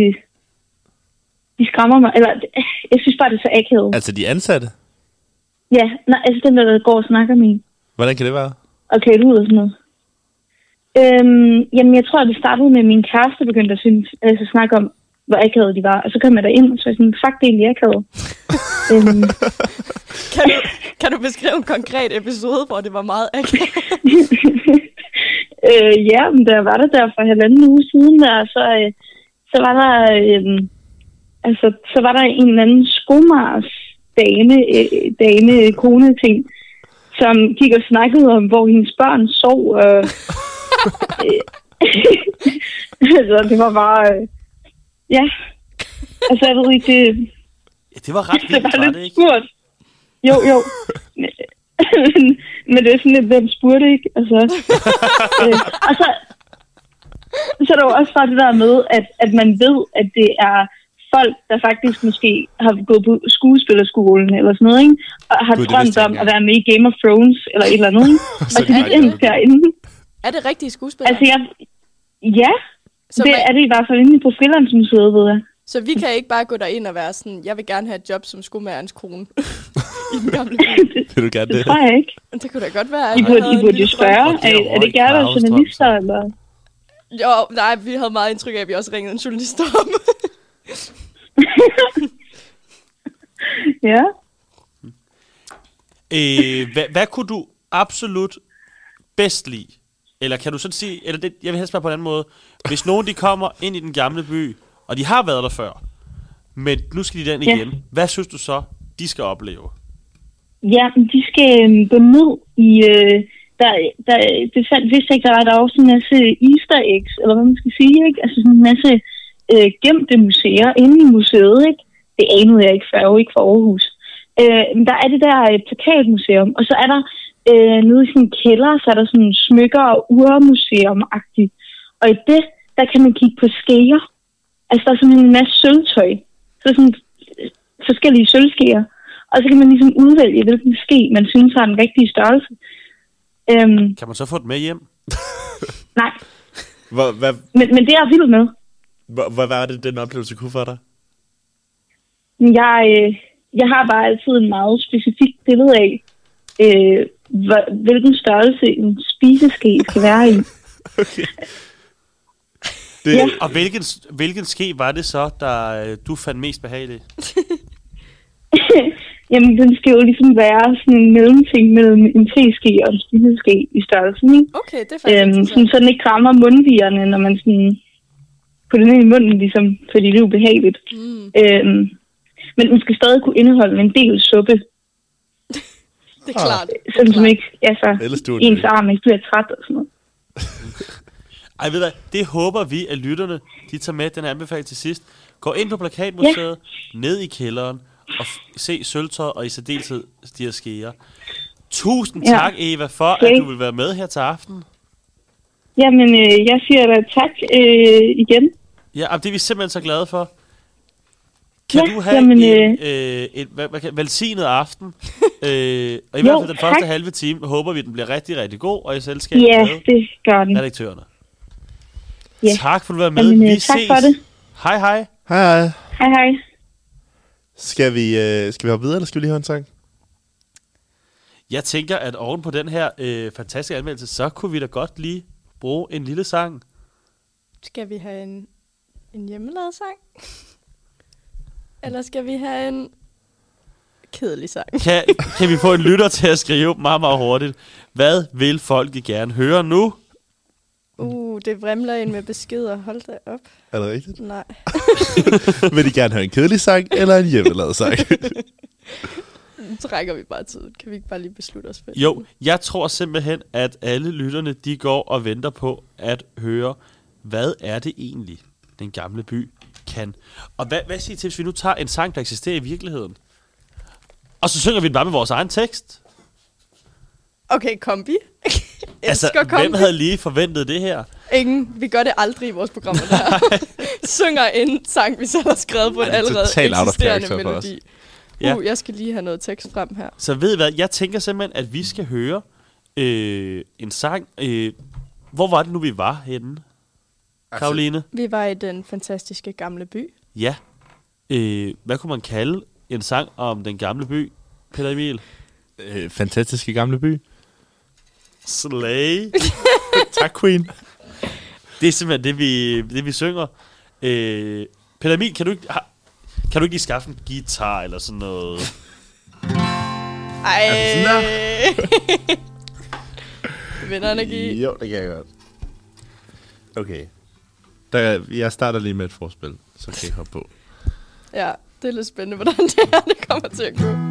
de skræmmer mig. Eller, jeg synes bare, det er så akavet. Altså, de ansatte? Ja, nej, altså den der går og snakker med en. Hvordan kan det være? Og klædt ud og sådan noget. Jamen, jeg tror, at det startede med, at min kæreste begyndte at snakke om, hvor akavet de var. Og så kom jeg derind, og så var jeg sådan, fuck, det er egentlig akavet. Kan du beskrive en konkret episode, hvor det var meget akavet? Ja, men da jeg var der for 1,5 uge siden, der, så var der... så var der en eller anden skomars kone ting, som gik og snakkede om, hvor hendes børn sov. Altså, det var bare... ja. Altså, jeg ved ikke, det... Ja, det var ret vildt, var det ikke? Spurt. Jo. Men det er sådan lidt, hvem spurgte, ikke? Altså, og så er der jo også bare det der med, at man ved, at det er folk, der faktisk måske har gået på skuespillerskolen eller sådan noget, ikke? Og har drømt om at være med i Game of Thrones eller et eller andet, ikke? Og så de endte derinde. Er det rigtige skuespillere? Altså, ja. Så det er det i hvert fald inde på Frilandsmuseet, ved jeg. Så vi kan ikke bare gå derind og være sådan, jeg vil gerne have et job som skomagerens kone i den gamle by. Vil du gerne det? Det tror jeg ikke. Det kunne da godt være. I burde jo spørge. Er det gerne være journalister, eller? Jo, nej, vi havde meget indtryk af, at vi også ringede en journalist om. Ja. Hvad kunne du absolut bedst lide? Eller kan du sådan sige, eller det, jeg vil helst spørge på en anden måde. Hvis nogen de kommer ind i den gamle by, og de har været der før, men nu skal de den igen. Ja. Hvad synes du så, de skal opleve? Ja, de skal gå ned i... vidste ikke, der var også en masse easter eggs, eller hvad man skal sige, ikke? Altså sådan en masse gemte museer inde i museet, ikke? Det anede jeg ikke før, jo ikke fra Aarhus. Der er det der plakatmuseum, og så er der nede i sådan en kælder, så er der sådan smykker- og urmuseum-agtigt. Og i det, der kan man kigge på skeer. Altså, der er sådan en masse sølvtøj. Så er sådan forskellige sølvskeer. Og så kan man ligesom udvælge, hvilken ske man synes har den rigtige størrelse. Kan man så få det med hjem? Nej. Hvad? Men det er jeg vild med. Hvad var det, den oplevelse kunne for dig? Jeg har bare altid en meget specifik billede af, hvilken størrelse en spiseske skal være i. Okay. Ja. Og hvilken ske var det så, der du fandt mest behagelig? Jamen, den skal jo ligesom være sådan en mellemting mellem en teske og en spiseske i størrelsen, ikke? Okay, det er faktisk så den ikke rammer mundvigerne, når man sådan putter den ind i munden, ligesom, fordi det er ubehageligt. Men den skal stadig kunne indeholde en del suppe. Det er klart. Sådan som ikke, altså, ens arm ikke bliver træt og sådan noget. Ej, ved du, det håber vi, at lytterne, de tager med den anbefaling til sidst. Gå ind på Plakatmuseet, ned i kælderen, og se sølvtøjet, og i særdeleshed de her skeer. Tusind tak, Eva, for at du vil være med her til aften. Jamen, jeg siger da tak igen. Ja, det er vi simpelthen så glade for. Kan du have en velsignet aften? Og i hvert fald den første halve time håber vi, den bliver rigtig, rigtig god, og i selskab med det gør den. redaktørerne. Ja. Tak for at du var med. Jamen, vi tak ses. for det. Hej, hej. Hej. Hej, hej. Skal vi hoppe videre, eller skal vi lige høre en sang? Jeg tænker, at oven på den her fantastiske anmeldelse, så kunne vi da godt lige bruge en lille sang. Skal vi have en hjemmelavet sang? Eller skal vi have en kedelig sang? Kan vi få en lytter til at skrive meget, meget hurtigt? Hvad vil folket gerne høre nu? Det vrimler ind med beskeder. Hold da op. Er det rigtigt? Nej. Vil de gerne høre en kedelig sang, eller en hjemmelavet sang? Nu trækker vi bare tiden. Kan vi ikke bare lige beslutte os for? Jo, jeg tror simpelthen, at alle lytterne, de går og venter på at høre, hvad er det egentlig, den gamle by kan. Og hvad siger I til, hvis vi nu tager en sang, der eksisterer i virkeligheden? Og så synger vi den bare med vores egen tekst? Okay, kombi. Kombi. Hvem havde lige forventet det her? Ingen. Vi gør det aldrig i vores programmer der. Synger en sang, vi selv har skrevet på en allerede eksisterende melodi. Jeg skal lige have noget tekst frem her. Så ved I hvad, jeg tænker simpelthen, at vi skal høre en sang. Hvor var det nu, vi var henne, Karoline? Vi var i den fantastiske gamle by. Ja. Hvad kunne man kalde en sang om den gamle by, Peter Emil? Fantastiske gamle by. Slay. Tak, Queen. Det er simpelthen det, vi synger. Peter Emil, kan du ikke lige skaffe en guitar eller sådan noget? Vinder energi. Jo, det kan jeg godt. Okay. Jeg starter lige med et forspil, så kan I hoppe på. Ja, det er lidt spændende, hvordan det kommer til at gå.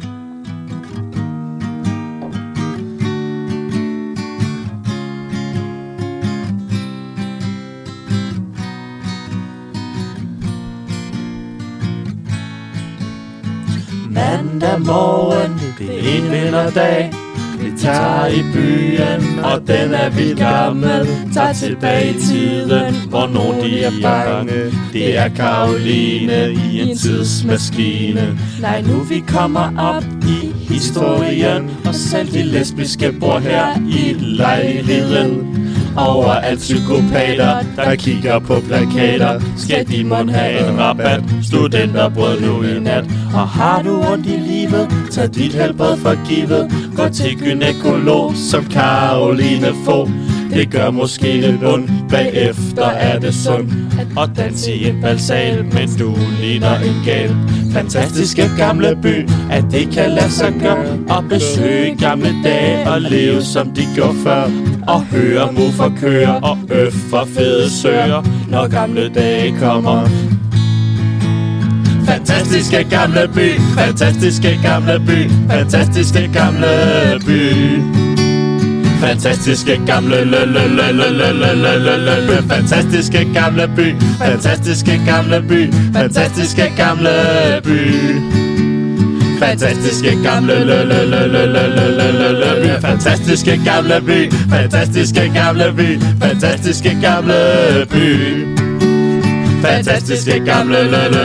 Mandag morgen, det er en vinterdag. Vi tager i byen, og den er vildt gammel. Tager tilbage i tiden, hvor nogen de er bange. Det er Karoline i en tidsmaskine. Nej, nu vi kommer op i historien, og selv de lesbiske bor her i lejligheden. Overalt psykopater, der kigger på plakater. Skal de mon have en rabat? Studenterbrød nu i nat. Og har du ondt i livet, tag dit helbred for givet. Gå til gynækolog, som Karoline får. Det gør måske lidt ondt, bagefter er det sundt. Og danse i en balsal, men du ligner en gal. Fantastiske gamle by, at det kan lade sig gøre. Og besøge gamle dage og leve som de gjorde før. Og høre muffer køre og for fede søer, når gamle dage kommer. Fantastiske gamle by, fantastiske gamle by, fantastiske gamle by. Fantastiske gamle fantastiske gamle by, fantastiske gamle by, fantastiske gamle by. Fantastiske gamle fantastiske gamle by, fantastiske gamle by, fantastiske gamle by. Fantastiske gamle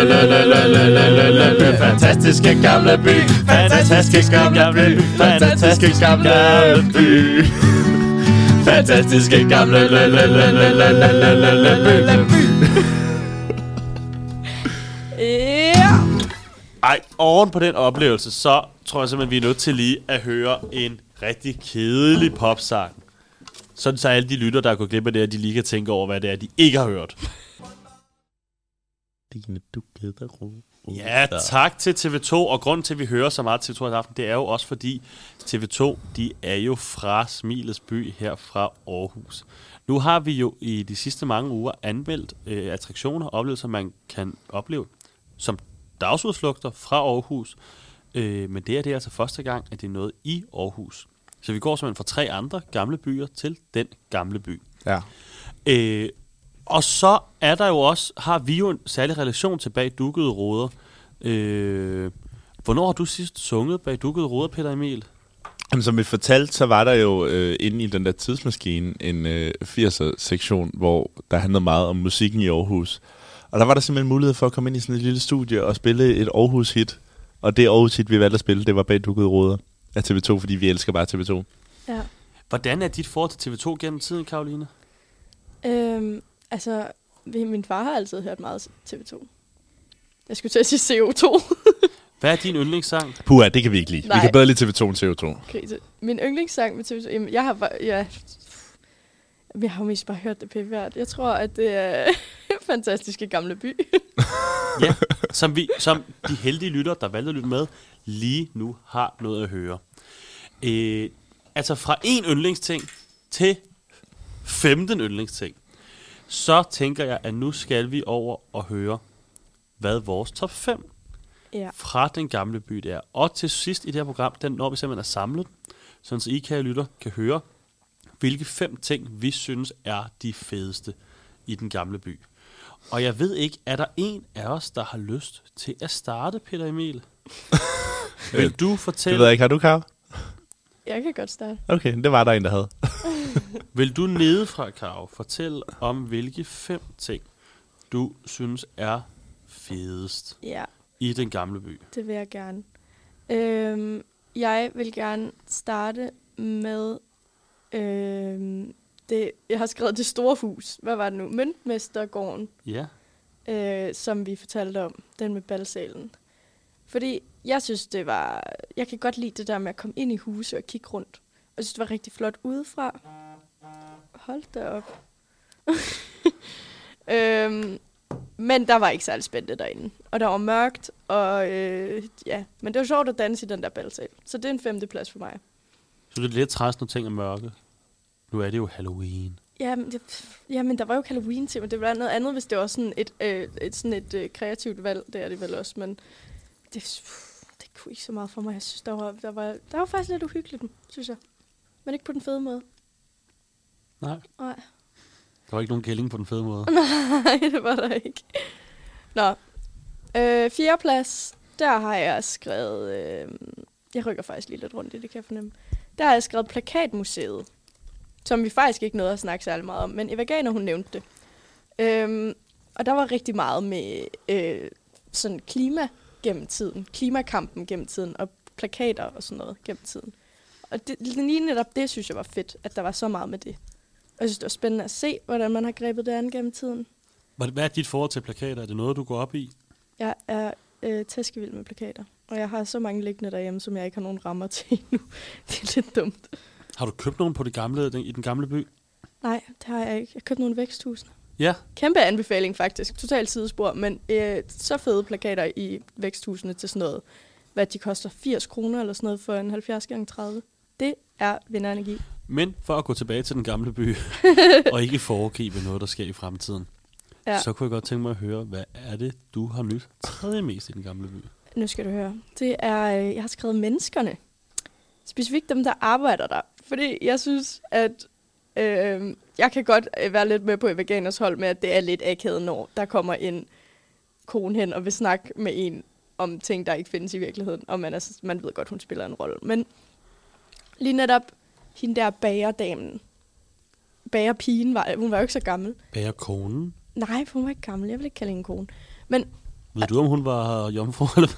fantastiske gamle by, fantastiske gamle by, fantastiske gamle by. Fantastiske gamle Ej, oven på den oplevelse, så tror jeg simpelthen, vi er nødt til lige at høre en rigtig kedelig popsang. Sådan så alle de lytter, der er gået glip af det, at de lige kan tænke over, hvad det er, de ikke har hørt. Ja, tak til TV2, og grunden til, at vi hører så meget TV2 i aften, det er jo også fordi TV2, de er jo fra Smilets by her fra Aarhus. Nu har vi jo i de sidste mange uger anmeldt attraktioner og oplevelser, man kan opleve som dagsudflugter fra Aarhus. Men det er altså første gang, at det er noget i Aarhus. Så vi går simpelthen fra 3 andre gamle byer til den gamle by. Ja. Og så er der jo også, har vi jo en særlig relation til Bag Dukkede Ruder. Hvornår har du sidst sunget Bag Dukkede Ruder, Peter Emil? Jamen, som vi fortalte, så var der jo inde i den der tidsmaskine en 80'er-sektion, hvor der handlede meget om musikken i Aarhus. Og der var der simpelthen mulighed for at komme ind i sådan et lille studie og spille et Aarhus-hit. Og det Aarhus-hit, vi valgte at spille, det var Bag Dukkede Ruder af TV2, fordi vi elsker bare TV2. Ja. Hvordan er dit forhold til TV2 gennem tiden, Karoline? Altså, min far har altid hørt meget TV2. Jeg skulle til at sige CO2. Hvad er din yndlingssang? Puha, det kan vi ikke lide. Nej. Vi kan bedre lide TV2 end CO2. Krise. Min yndlingssang med TV2, jamen, jeg har jo mest bare hørt det pæværd. Jeg tror, at det er fantastiske gamle by. Ja, som de heldige lyttere, der valgte at lytte med, lige nu har noget at høre. Altså fra en yndlingsting til 15 yndlingsting, så tænker jeg, at nu skal vi over og høre, hvad vores top 5 fra den gamle by det er. Og til sidst i det her program, når vi simpelthen er samlet, sådan så I, kære lytter, kan høre, hvilke 5 ting, vi synes er de fedeste i den gamle by. Og jeg ved ikke, er der en af os, der har lyst til at starte, Peter Emil? Vil du fortælle... Det ved jeg ikke. Har du, Karo? Jeg kan godt starte. Okay, det var der en, der havde. Vil du nedefra, Karo, fortælle om, hvilke 5 ting, du synes er fedest i den gamle by? Det vil jeg gerne. Jeg vil gerne starte med... jeg har skrevet det store hus. Hvad var det nu? Møntmestergården. Ja. Som vi fortalte om. Den med balsalen. Fordi jeg synes, det var... Jeg kan godt lide det der med at komme ind i huset og kigge rundt. Og jeg synes, det var rigtig flot udefra. Hold da op. Men der var ikke særlig spændende derinde. Og der var mørkt. Og men det var sjovt at danse i den der balsal. Så det er en 5. plads for mig. Så det er lidt træs, når ting er mørke. Nu er det jo Halloween. Jamen, der var jo Halloween til, men det var noget andet, hvis det var sådan et kreativt valg. Det er det vel også, men det kunne ikke så meget for mig. Jeg synes, der var faktisk lidt uhyggeligt, synes jeg. Men ikke på den fede måde. Nej. Der var ikke nogen kælling på den fede måde. Nej, det var der ikke. Nå. 4. plads, der har jeg skrevet... jeg rykker faktisk lige lidt rundt i det, kan jeg fornemme. Der har jeg skrevet Plakatmuseet, som vi faktisk ikke nåede at snakke særlig meget om, men Eva Ganer, hun nævnte det. Og der var rigtig meget med sådan klima gennem tiden, klimakampen gennem tiden, og plakater og sådan noget gennem tiden. Og lige netop det, synes jeg var fedt, at der var så meget med det. Og jeg synes, det var spændende at se, hvordan man har grebet det an gennem tiden. Hvad er dit forhold til plakater? Er det noget, du går op i? Jeg er tæskevild med plakater, og jeg har så mange liggende derhjemme, som jeg ikke har nogen rammer til endnu. Det er lidt dumt. Har du købt nogen på i den gamle by? Nej, det har jeg ikke. Jeg har købt nogle væksthusene. Ja. Kæmpe anbefaling faktisk. Totalt sidespor, men så fede plakater i væksthusene til sådan noget, hvad de koster 80 kroner eller sådan noget for en 70x30. Det er vinderenergi. Men for at gå tilbage til den gamle by, og ikke foregribe noget, der sker i fremtiden, så kunne jeg godt tænke mig at høre, hvad er det, du har nyt tredje mest i den gamle by? Nu skal du høre. Det er, jeg har skrevet menneskerne. Specifikt dem, der arbejder der. Fordi jeg synes, at jeg kan godt være lidt med på Eva Ganers hold med, at det er lidt akavet, når der kommer en kone hen og vil snakke med en om ting, der ikke findes i virkeligheden. Og man ved godt, hun spiller en rolle. Men lige netop hende der bagerdamen, bagerpigen, hun var jo ikke så gammel. Bagerkonen? Nej, hun var ikke gammel. Jeg vil ikke kalde hende en kone. Men ved du, om hun var jomfru? Eller?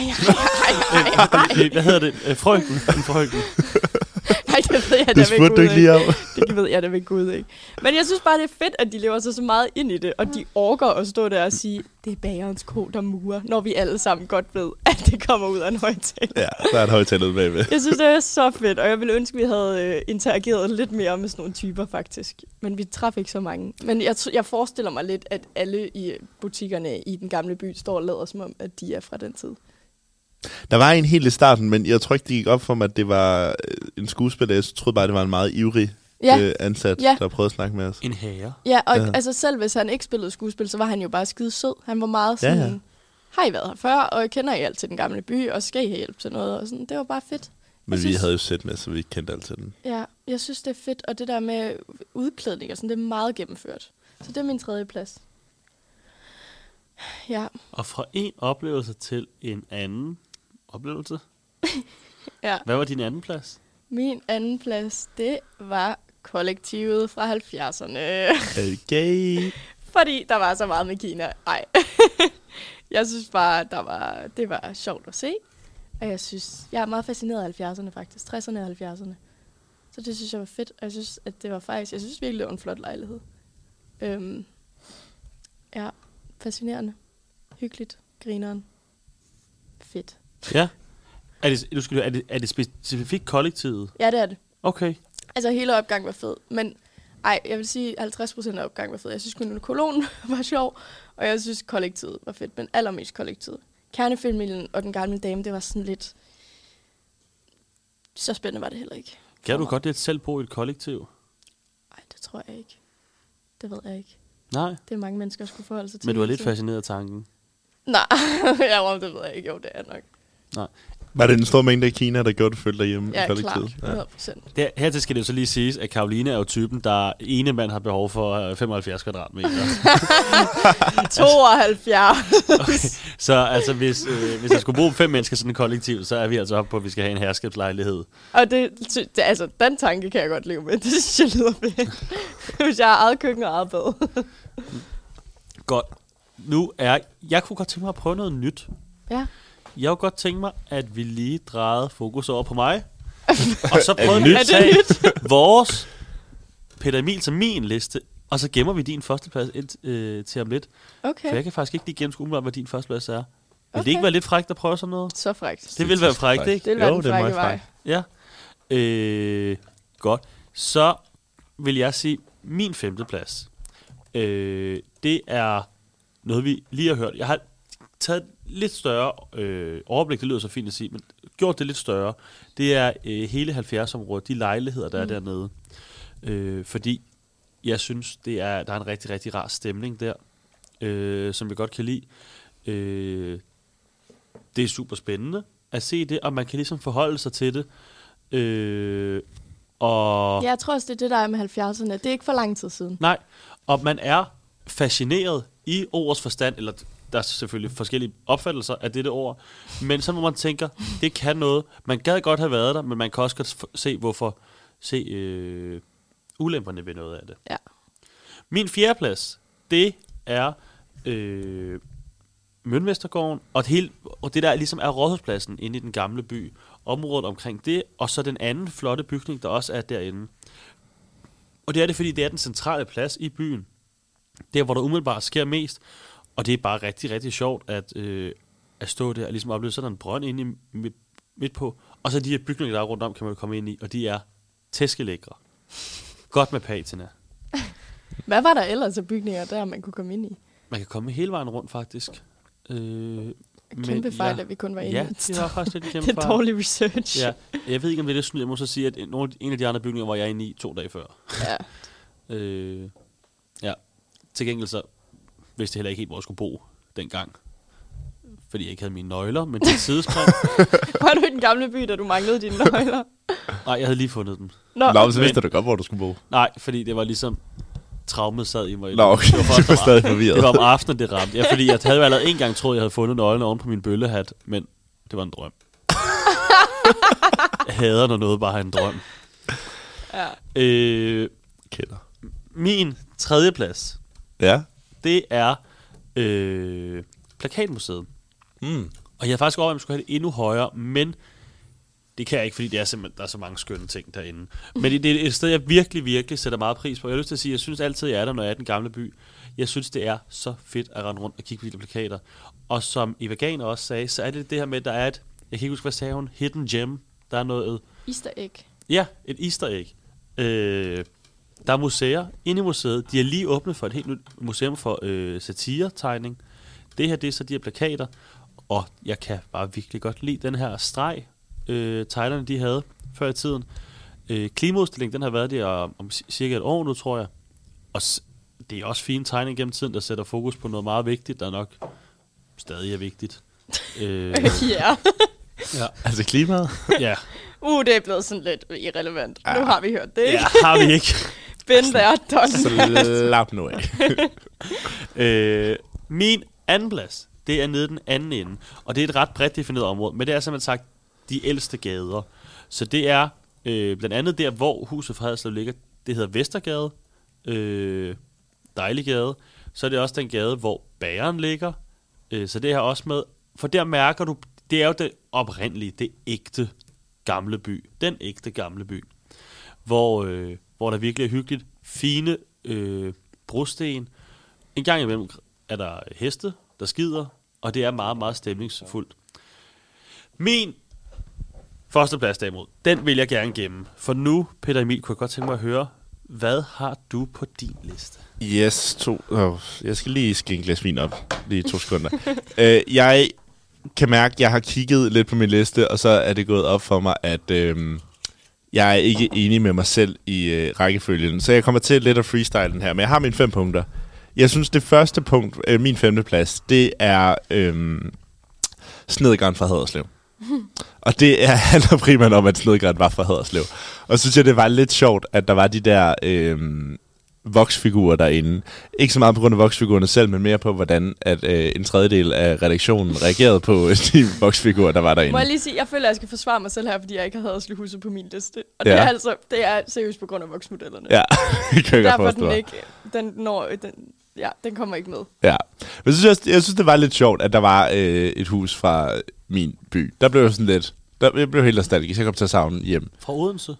Ej. Hvad hedder det? Frøken? En frøken. Nej, det ved jeg da det spurgte du ikke lige om. Det ved jeg da ved Gud ikke. Men jeg synes bare, det er fedt, at de lever sig så meget ind i det, og de orker at stå der og sige, det er bagerens ko, der murer, når vi alle sammen godt ved, at det kommer ud af en højtaler. Ja, der er en højtaler bagved. Jeg synes, det er så fedt, og jeg ville ønske, at vi havde interageret lidt mere med sådan nogle typer, faktisk. Men vi træffede ikke så mange. Men jeg forestiller mig lidt, at alle i butikkerne i den gamle by står og lader som om, at de er fra den tid. Der var en helt i starten, men jeg tror ikke, det gik op for mig, at det var en skuespiller. Jeg troede bare, det var en meget ivrig ansat, der prøvede at snakke med os. En herre. Ja, og altså selv hvis han ikke spillede skuespil, så var han jo bare skide sød. Han var meget sådan, har I været her før, og jeg kender I alt til den gamle by, og skal I have hjælp til noget? Og sådan. Det var bare fedt. Men vi havde jo set med, så vi kendte altid den. Ja, jeg synes, det er fedt. Og det der med udklædning og sådan, det er meget gennemført. Så det er min 3. plads. Ja. Og fra en oplevelse til en anden oplevelse. Ja. Hvad var din anden plads? Min anden plads, det var kollektivet fra 70'erne. Okay. Fordi der var så meget med Kina. Ej. Jeg synes bare, det var sjovt at se. Og jeg er meget fascineret af 70'erne faktisk. 60'erne og 70'erne. Så det synes jeg var fedt. Og jeg synes, at det var faktisk... Jeg synes virkelig, det var en flot lejlighed. Ja, fascinerende. Hyggeligt. Grineren. Fedt. Ja. Er det specifikt kollektivet? Ja, det er det. Okay. Altså, hele opgangen var fed. Men jeg vil sige, 50% af opgangen var fed. Jeg synes kun, kolonen var sjov. Og jeg synes, kollektivet var fedt. Men allermest kollektivet. Kernefamilien og den gamle dame, det var sådan lidt... Så spændende var det heller ikke. Kan du godt lidt selv bo i et kollektiv? Nej, det tror jeg ikke. Det ved jeg ikke. Nej. Det er mange mennesker, der skulle forholde sig til. Men du er lidt fascineret af tanken? Nej, det ved jeg ikke. Jo, det er nok. Nej. Var det en stor mængde i Kina, der gjorde, du følte dig hjemme Ja, i kollektivet? klart. 100%. Hertil skal det jo så lige siges, at Karoline er jo typen, der ene mand har behov for 75 kvadratmeter. 72. Okay. Så altså, hvis der skulle bo 5 mennesker i sådan et kollektiv, så er vi altså oppe på, at vi skal have en herskabslejlighed. Og altså, den tanke kan jeg godt leve med. Det synes jeg lyder fedt. Hvis jeg har eget køkken og eget bad. Godt. Jeg kunne godt tænke mig at prøve noget nyt. Ja. Jeg kunne godt tænke mig, at vi lige drejede fokus over på mig. Og så prøvede vi nyt? at tage vores Peter Emil til min liste, og så gemmer vi din førsteplads til om lidt. Okay. For jeg kan faktisk ikke lige gennemskue umiddelbart, hvad din førsteplads er. Vil det Okay. ikke være lidt frækt at prøve sådan noget? Så frækt. Det vil være frækt, ikke? Det vil være Jo, den det er frække meget vej. Ja. Godt. Så vil jeg sige, min 5. plads. Det er noget, vi lige har hørt. Jeg har taget lidt større overblik, det lyder så fint at sige, men gjort det lidt større. Det er hele 70-området, de lejligheder, der er dernede. Fordi jeg synes, der er en rigtig, rigtig rar stemning der, som vi godt kan lide. Det er super spændende at se det, og man kan ligesom forholde sig til det. Og Ja, jeg tror også, det er det, der er med 70'erne. Det er ikke for lang tid siden. nej, og man er fascineret i ordets forstand, eller der er selvfølgelig forskellige opfattelser af dette ord, men så når man tænker, det kan noget. Man gad godt have været der, men man kan også godt se ulemperne ved noget af det. Ja. Min 4. plads, det er Møntmestergården, og det der ligesom er Rådhuspladsen inde i den gamle by, området omkring det, og så den anden flotte bygning, der også er derinde. Og det er det, fordi det er den centrale plads i byen. Der, hvor der umiddelbart sker mest, og det er bare rigtig, rigtig sjovt at stå der og ligesom opleve sådan en brønd inde midt på, og så de her bygninger, der er rundt om, kan man komme ind i, og de er tæskelækre. Godt med patina. Hvad var der ellers af bygninger der, man kunne komme ind i? Man kan komme hele vejen rundt, faktisk. Kæmpe fejl, at vi kun var inde Ja, i et det var faktisk lidt kæmpe Det er fejl. dårlig research. Ja, jeg ved ikke, om det er det snyd. Jeg må så sige, at en af de andre bygninger var jeg inde i 2 dage før. Ja. Ja. Til gengæld så vidste jeg heller ikke helt, hvor jeg skulle bo dengang. Fordi jeg ikke havde mine nøgler, men til sidespring. Var du i den gamle by, da du manglede dine nøgler? Nej, jeg havde lige fundet dem. Nå, så vidste du godt, hvor du skulle bo. Nej, fordi det var ligesom traumet sad i mig. Nå, okay. Det var stadig forvirret. Det var om aftenen, det ramte. Ja, fordi jeg havde jo allerede en gang troet, jeg havde fundet nøglerne oven på min bøllehat, men det var en drøm. Jeg hader, når noget bare er en drøm. Ja. Kender. Min 3. plads, Ja. det er Plakatmuseet. Mm. Og jeg har faktisk overvejet, at jeg skulle have det endnu højere, men det kan jeg ikke, fordi det er simpelthen, der er så mange skønne ting derinde. Men det er et sted, jeg virkelig, virkelig sætter meget pris på. Jeg har lyst til at sige, at jeg synes altid, jeg er der, når jeg er i den gamle by. Jeg synes, det er så fedt at rende rundt og kigge på de plakater. Og som Eva Ganer også sagde, så er det her med, at der er et, jeg kan ikke huske, hvad sagde hun, hidden gem. Der er noget... Easter egg. Ja, et easter egg. Der er museer inde i museet. De er lige åbnet for et helt nyt museum for satiretegning. Det her, det er så de her plakater. Og jeg kan bare virkelig godt lide den her streg, tegnerne de havde før i tiden. Klimaudstillingen, den har været der om cirka et år nu, tror jeg. Og det er også fine tegning gennem tiden, der sætter fokus på noget meget vigtigt, der nok stadig er vigtigt. Ja. Ja. Altså klimaet? Ja. Det er blevet sådan lidt irrelevant. Nu har vi hørt det, ikke? Ja, har vi ikke. Been there, done. Slap nu af. Min anden plads, det er nede den anden ende. Og det er et ret bredt defineret område. Men det er simpelthen sagt de ældste gader. Så det er blandt andet der, hvor huset fra Haderslev ligger. Det hedder Vestergade. Dejliggade. Så er det også den gade, hvor bageren ligger. Så det er også med. For der mærker du, det er jo det oprindelige, det ægte gamle by. Den ægte gamle by. Hvor der virkelig er hyggeligt. Fine brosten. En gang imellem er der heste, der skider. Og det er meget, meget stemningsfuldt. Min førsteplads derimod, den vil jeg gerne gemme. For nu, Peter Emil, kunne jeg godt tænke mig at høre, hvad har du på din liste? Yes, jeg skal lige skænke glas vin op. Lige 2 sekunder. Jeg kan mærke, at jeg har kigget lidt på min liste, og så er det gået op for mig, at jeg er ikke enig med mig selv i rækkefølgen. Så jeg kommer til lidt at freestyle den her, men jeg har mine 5 punkter. Jeg synes, det første punkt, min 5. plads, det er Snedgran fra Haderslev. Og det handler primært om, at Snedgran var fra Haderslev. Og så synes jeg, det var lidt sjovt, at der var de der voksfigurer derinde. Ikke så meget på grund af voksfigurerne selv, men mere på, hvordan at, en tredjedel af redaktionen reagerede på de voksfigurer, der var derinde. Må jeg lige sige, jeg føler, at jeg skal forsvare mig selv her, fordi jeg ikke har Haderslev-huset på min liste. Og Ja. det er seriøst på grund af voksmodellerne. Ja, det kan jeg godt Derfor forstå. den kommer ikke med. Ja, men jeg synes, det var lidt sjovt, at der var et hus fra min by. Der blev jo sådan lidt... Jeg blev helt nostalgisk. Jeg kom til at savne hjem. Fra Odense.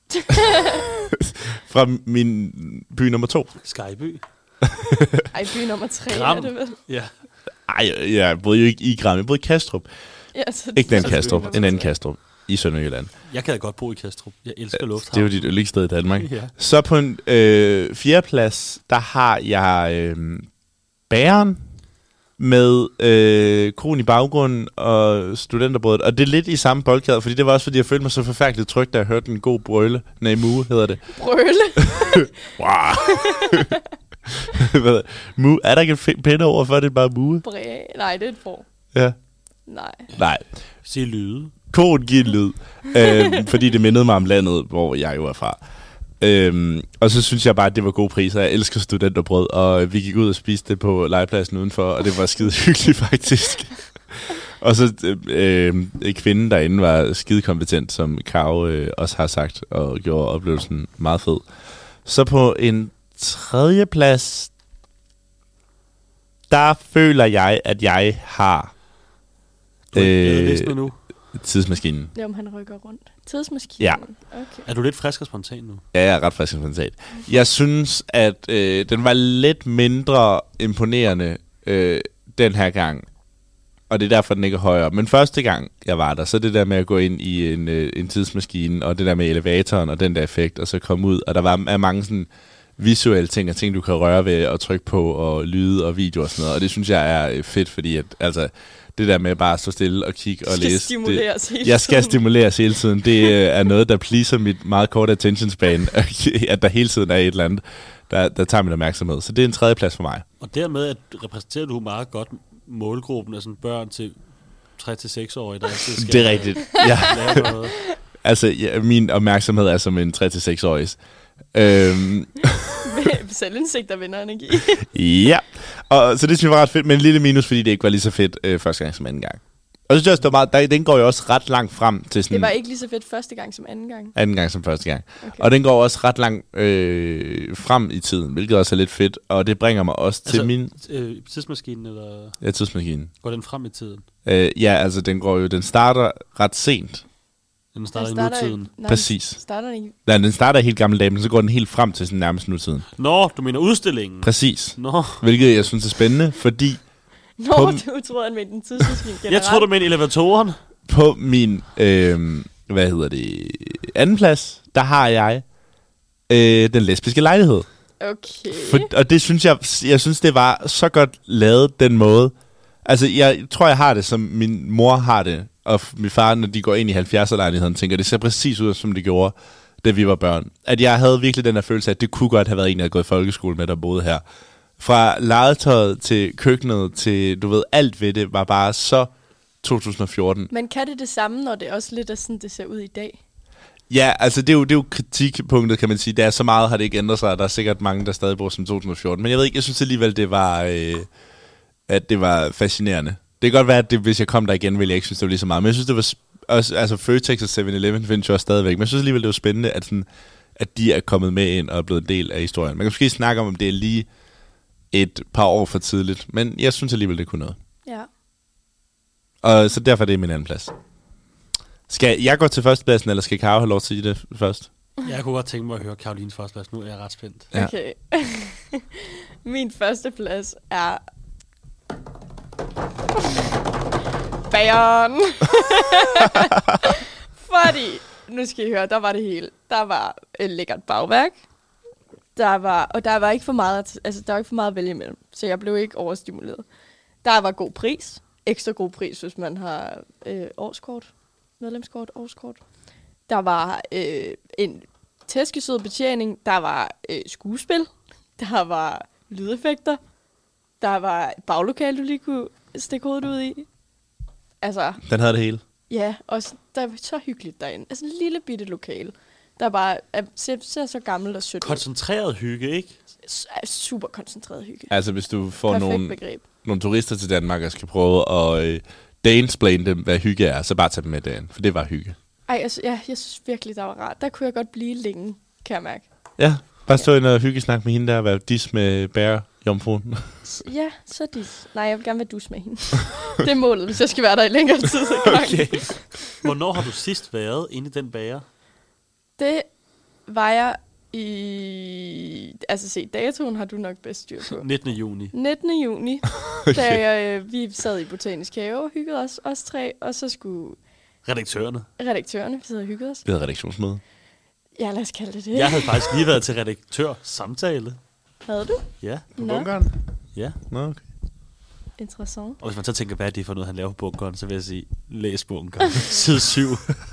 Fra min by nummer 2. Skyby. Ej, by nummer 3 Gram. er det vel? Ja. Ej, jeg boede jo ikke i Gram. Jeg boede i Kastrup. Ja, så Ikke den så Kastrup, by en nummer anden 3. Kastrup i Sønderjylland. Jeg kan da godt bo i Kastrup. Jeg elsker Det er lufthavn. jo dit yndlingssted i Danmark. Ja. Så på en 4. plads, der har jeg bageren med kronen i baggrunden og studenterbrødet. Og det er lidt i samme boldgade, fordi det var også, fordi jeg følte mig så forfærdeligt tryg, da jeg hørte en god brøle. Nej, Mue hedder det. Brøle. Wow. Mue, er der ikke et pænt ord for, det er bare Mue? Nej, det er et får. Ja. Nej. Se lyde. Koen giver en lyd, fordi det mindede mig om landet, hvor jeg jo er fra. Og så synes jeg bare, at det var gode priser. Jeg elsker studenterbrød, og vi gik ud og spiste det på legepladsen udenfor, og det var skide hyggeligt faktisk. Og så kvinden derinde var skide kompetent, som Karo også har sagt, og gjorde oplevelsen meget fed. Så på en 3. plads, der føler jeg, at jeg har Du har ikke listen nu. tidsmaskinen. Det er, om han rykker rundt. Tidsmaskinen. Ja. Okay. Er du lidt frisk og spontan nu? Ja, jeg er ret frisk og spontan. Jeg synes, at den var lidt mindre imponerende den her gang. Og det er derfor, den ikke er højere. Men første gang, jeg var der, så det der med at gå ind i en tidsmaskine, og det der med elevatoren, og den der effekt, og så komme ud. Og der er mange sådan visuelle ting, og ting, du kan røre ved og trykke på, og lyde og video og sådan noget. Og det synes jeg er fedt, fordi at, altså, det der med bare at stå stille og kigge og læse. Jeg skal stimuleres hele tiden. Det er noget, der pleaser mit meget korte attention span, at der hele tiden er et eller andet, der tager min opmærksomhed. Så det er en 3. plads for mig. Og dermed at repræsenterer du meget godt målgruppen af sådan børn til 3-6-årige, der altid skal Det er rigtigt. Ja. lave noget. Altså, min opmærksomhed er som en 3-6-årigs. Selvindsigt, der vinder energi. Ja, og så det synes jeg var ret fedt, men en lille minus, fordi det ikke var lige så fedt første gang som anden gang. Og så synes jeg også, det var meget, den går jo også ret langt frem til sådan... Det var ikke lige så fedt første gang som anden gang. Anden gang som første gang. Okay. Og den går også ret langt frem i tiden, hvilket også er lidt fedt, og det bringer mig også til min... Tidsmaskinen, eller Ja, tidsmaskinen. går den frem i tiden? Ja, altså den starter ret sent. Den starter i nutiden. Præcis. Starter ikke. Nej, den starter helt gammel dag, men så går den helt frem til sådan nærmest nutiden. Nå, du mener udstillingen? Præcis. Nå. Hvilket jeg synes er spændende, fordi Nå, du troede, han mente den tidsmaskine generelt. Jeg tror du mener elevatoren. på min, anden plads, der har jeg den lesbiske lejlighed. Okay. Og det synes jeg synes, det var så godt lavet den måde. Altså, jeg tror, jeg har det, som min mor har det, og min far, når de går ind i 70'er-lejligheden, tænker, det ser præcis ud, som det gjorde, da vi var børn. At jeg havde virkelig den her følelse af, at det kunne godt have været en, jeg havde gået i folkeskole med, der boede her. Fra legetøjet til køkkenet til, du ved, alt ved det var bare så 2014. Men kan det samme, når det også lidt er sådan, det ser ud i dag? Ja, altså det er jo kritikpunktet, kan man sige. Der er så meget, har det ikke ændret sig. Der er sikkert mange, der stadig bor som 2014. Men jeg ved ikke, jeg synes alligevel, at det var fascinerende. Det kan godt være, at hvis jeg kom der igen, ville jeg ikke synes, det var lige så meget. Men jeg synes, det var også, altså Føtex og 7-Eleven findes jo også stadigvæk. Men jeg synes alligevel, det var spændende, at de er kommet med ind og er blevet en del af historien. Man kan måske snakke om det er lige et par år for tidligt. Men jeg synes alligevel, det kunne noget. Ja. Og så derfor er det min anden plads. Skal jeg gå til førstepladsen, eller skal Karo have lov til at sige det først? Jeg kunne godt tænke mig at høre Karolines førsteplads. Nu er jeg ret spændt. Ja. Okay. Min første plads er... Bayern. Fordi, nu skal I høre, der var det hele. Der var et lækkert bagværk. Der var ikke for meget, altså der var ikke for meget at vælge imellem. Så jeg blev ikke overstimuleret. Der var god pris. Ekstra god pris, hvis man har årskort. Medlemskort, årskort. Der var en tæskesød betjening. Der var skuespil. Der var lydeffekter. Der var et baglokale, du lige kunne stikke hovedet ud i. Altså, Den havde det hele. ja, og der var så hyggeligt derinde. Altså en lille bitte lokale. Der bare ser så gammelt og sødt ud. Koncentreret hygge, ikke? Super koncentreret hygge. Altså hvis du får Perfekt begreb. nogle turister til Danmark og skal prøve at dansplane dem, hvad hygge er, så bare tag dem med derind, for det var hygge. Ej, altså, ja, jeg synes virkelig, der var rart. Der kunne jeg godt blive længe, kan jeg mærke. Ja, bare stå ind og hyggesnak med hende der, og være dis med bærejomfruen. Ja, så dis. Nej, jeg vil gerne være dus med hende. Det er målet, hvis jeg skal være der i længere tid. Okay. Hvornår har du sidst været inde i den bager? Det var jeg i... Altså se, datoen har du nok bedst styr på. 19. juni. 19. juni, da vi sad i Botanisk Have og hyggede os tre, og så skulle Redaktørerne. redaktørerne, vi sad og hyggede os. Vi havde redaktionsmøde. Ja, lad os kalde det det. Jeg havde faktisk lige været til redaktør-samtale. Havde du? Ja. På Nå. bunkeren? Ja. Nå, okay. Interessant. Og hvis man så tænker, hvad er det for noget, han laver på bunkeren, så vil jeg sige, læs bunkeren. Side 7.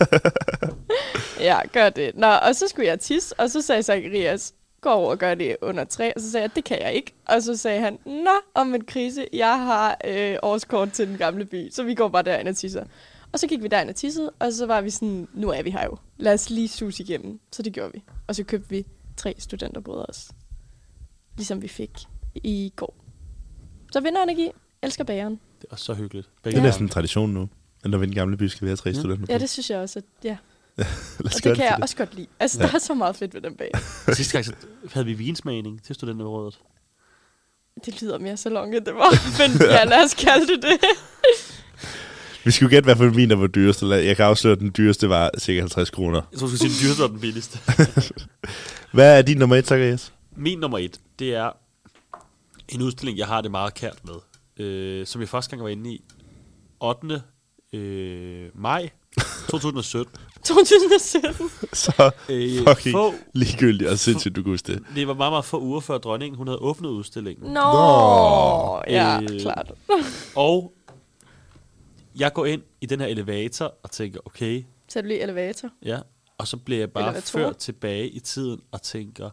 Ja, gør det. Nå, og så skulle jeg tisse, og så sagde Zacharias, gå over og gør det under 3, og så sagde jeg, det kan jeg ikke. Og så sagde han, nå, om en krise, jeg har årskort til den gamle by, så vi går bare derind og tisser. Og så gik vi derind og tissede, og så var vi sådan, nu er vi her jo. Lad os lige sus igennem. Så det gjorde vi. Og så købte vi 3 studenterbrødre også. Ligesom vi fik i går. Så vinderenergi. Elsker bageren. Det er også så hyggeligt. Det er næsten en tradition nu, at når vi i den gamle by skal være 3 studenter. Ja, det synes jeg også, at ja. Lad Og os det gøre kan jeg til også godt lide. Altså, der er så meget fedt ved den bag. Sidste gang så havde vi vinsmagning til studenterrådet. Det lyder mere salon, end det var. Men ja, lad os kalde det det. Vi skulle gætte, hvad for en vin, der var dyreste. Jeg kan afsløre, at den dyreste var cirka 50 kroner. Jeg tror, du skulle sige, den dyreste var den billigste. Hvad er din nummer 1, Zacharias? Min nummer 1, det er en udstilling, jeg har det meget kært med. Som jeg første gang var inde i 8. Maj 2017. 2017. Så fucking få, ligegyldigt og sindssygt, du kunne huske det. det var meget, meget få uger før dronningen, hun havde åbnet udstillingen. Nå. Ja, klart. Og jeg går ind i den her elevator og tænker, okay, Så du lige elevator. ja. Og så bliver jeg bare Elevator. ført tilbage i tiden og tænker,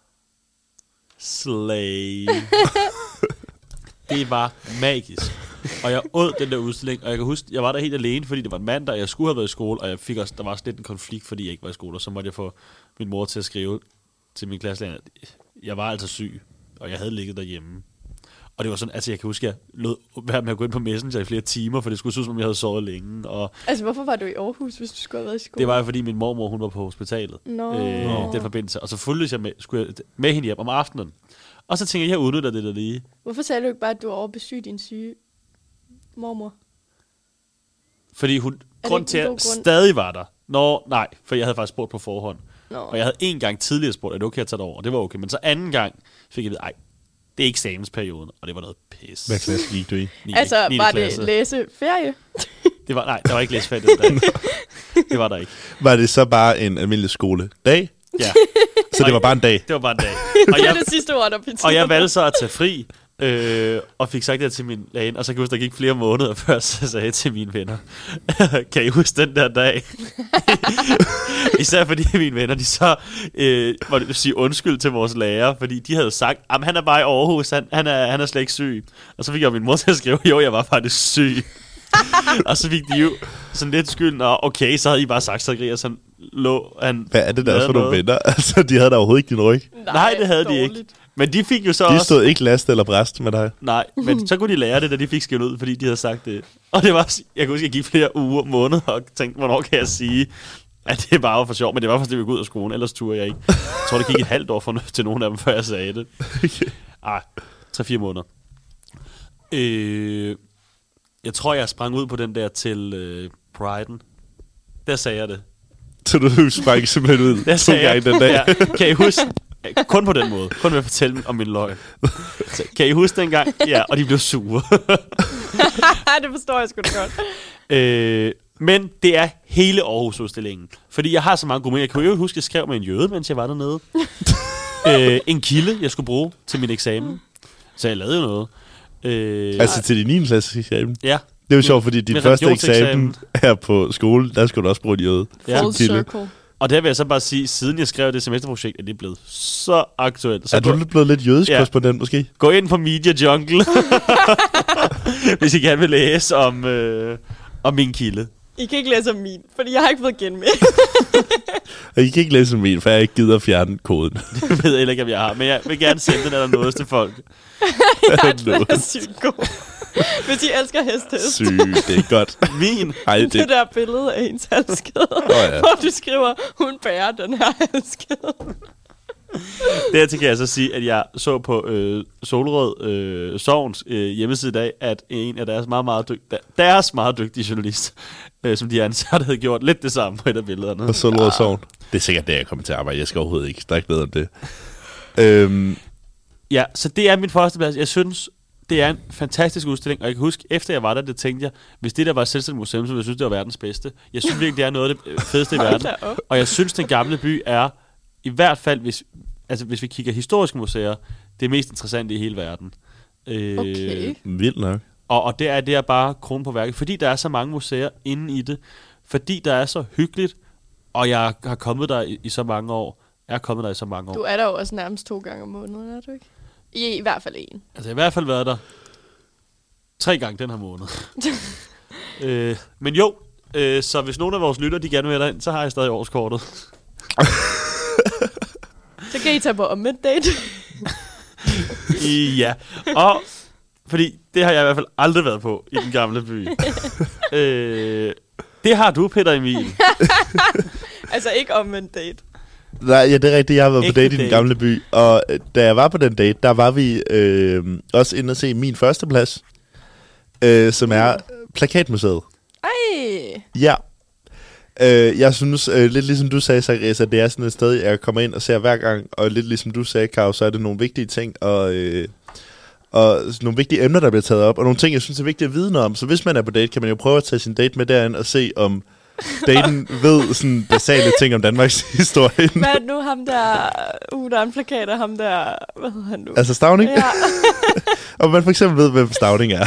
slay. Det var magisk. Og jeg åd den der udstilling, og jeg kan huske, jeg var der helt alene, fordi det var en mandag, og jeg skulle have været i skole, og jeg fik også, der var også lidt en konflikt, fordi jeg ikke var i skole, og så måtte jeg få min mor til at skrive til min klasselærer, at jeg var altså syg, og jeg havde ligget derhjemme. Og det var sådan, altså jeg kan huske, jeg lød være med at gå ind på Messenger i flere timer, for det skulle se ud som om, jeg havde sovet længe. Og Altså, hvorfor var du i Aarhus, hvis du skulle have været i skole? det var jo fordi min mormor, hun var på hospitalet. Nå. Den forbindelse. Og så fulgte jeg skulle jeg med hende hjem om aftenen. Og så tænkte jeg udnytter det der lige. Hvorfor sagde du ikke bare, at du var over besøg din syge mormor? Fordi hun, grund ikke til, en at god grund? stadig var der. Nej, for jeg havde faktisk spurgt på forhånd. Nå. Og jeg havde en gang tidligere spurgt, er det okay at tage det over? Og det var okay. Men så anden gang fik jeg ved, det er eksamensperioden. Og det var noget pis. Hvad klasse gik du i? 9. Altså, var klasse. det læseferie? Det var, der var ikke læseferie den dag. Det var der ikke. Var det så bare en almindelig skoledag? Ja, Så det var bare en dag? det var bare en dag. Og det er det sidste ord, der betyder. Og jeg valgte så at tage fri, og fik sagt det til min læge, og så kan jeg huske, der gik flere måneder før, så sagde jeg til mine venner, kan I huske den der dag? Især fordi mine venner, de så måtte sige undskyld til vores lærer, fordi de havde sagt, at han er bare i Aarhus, han er slet ikke syg. Og så fik jeg min mor til at skrive, jo, jeg var faktisk syg. Og så fik de jo sådan lidt skylden, og okay, så havde I bare sagt, så sådan Hvad er det der også for nogle venner? Altså, de havde da overhovedet ikke din ryg. Nej, det havde de ikke. Men de fik jo så De stod ikke last eller bræst med dig. Nej, men så kunne de lære det, da de fik skæld ud, fordi de havde sagt det. Og det var, jeg kunne huske, at jeg gik flere uger, måneder og tænkte, hvornår kan jeg sige, at det bare var for sjov. Men det var fordi, vi ville gå ud af skolen, ellers turde jeg ikke. Jeg tror, det gik et halvt år til nogle af dem, før jeg sagde det. Okay. 3-4 måneder. Jeg tror, jeg sprang ud på den der til Pride'en. Der sagde jeg det. Så du sprang simpelthen ud der 2 gange den dag? Ja. Kan I huske? Kun på den måde. Kun ved at fortælle om min løgn. Så, kan I huske dengang? Ja, og de blev sure. Det forstår jeg sgu da godt. Men det er hele Aarhus-udstillingen. Fordi jeg har så mange gode meninger. Jeg kan jo huske, at jeg skrev med en jøde, mens jeg var dernede. En kilde, jeg skulle bruge til min eksamen. Så jeg lavede jo noget. Altså til din 9. klasse eksamen? Ja. Det er jo sjovt, fordi din første eksamen her på skole, der skulle du også bruge en jøde. Full circle. Og der vil jeg så bare sige, siden jeg skrev det semesterprojekt, at det er blevet så aktuelt. Så er du blevet lidt jødisk korrespondent måske? Gå ind på Media Jungle, hvis I gerne vil læse om min kilde. I kan ikke læse om min, fordi jeg har ikke fået gen med. Og I kan ikke læse om min, for jeg ikke gider at fjerne koden. Det ved jeg ikke, om jeg har, men jeg vil gerne sende den eller noget til folk. Nej, den er sygt god. Hvis I elsker hest. Sygt, det er godt. Min? Ej, det der billede af ens halskæde, hvor du skriver, hun bærer den her halskæde. Dertil kan jeg så sige, at jeg så på Solrød Sovns hjemmeside i dag, at en af deres meget dygtige journalist, som de ansatte, havde gjort lidt det samme på et af billederne. På Solrød Sovn. Det er sikkert det, jeg kommer til at arbejde. Jeg skal overhovedet ikke snakke bedre om det. Ja, så det er min første plads. Jeg synes, det er en fantastisk udstilling, og jeg kan huske, efter jeg var der, det tænkte jeg, hvis det der var et selvstændigt museum, så ville jeg synes, det var verdens bedste. Jeg synes virkelig, det er noget af det fedeste i verden. Og jeg synes, den gamle by er, i hvert fald, hvis vi kigger historiske museer, det mest interessante i hele verden. Okay. Vildt nok. Og det er bare kronen på værket, fordi der er så mange museer inde i det, fordi der er så hyggeligt, og jeg har kommet der i så mange år. Du er der jo også nærmest 2 gange om måneden, er du ikke? I hvert fald 1. Altså, jeg har i hvert fald været der 3 gange den her måned. Men jo, så hvis nogen af vores lytter, de gerne vil derind, så har jeg stadig årskortet. Så kan I tage på omvendt date. Ja, og fordi det har jeg i hvert fald aldrig været på i den gamle by. Det har du, Peter Emil. Altså ikke omvendt date. Nej, ja, det er rigtigt. Jeg har været på date i den gamle by. Og da jeg var på den date, der var vi også inde og se min første plads, som er Plakatmuseet. Ej! Ja. Jeg synes, lidt ligesom du sagde, Zacharias, at det er sådan et sted, jeg kommer ind og ser hver gang. Og lidt ligesom du sagde, Karo, så er det nogle vigtige ting, og nogle vigtige emner, der bliver taget op. Og nogle ting, jeg synes er vigtigt at vide noget om. Så hvis man er på date, kan man jo prøve at tage sin date med derind og se, om daten ved sådan basale ting om Danmarks historie. Hvad er nu ham der... der er en plakat af ham der... Hvad hedder han nu? Altså Stauning? Ja. Og man for eksempel ved, hvem Stauning er.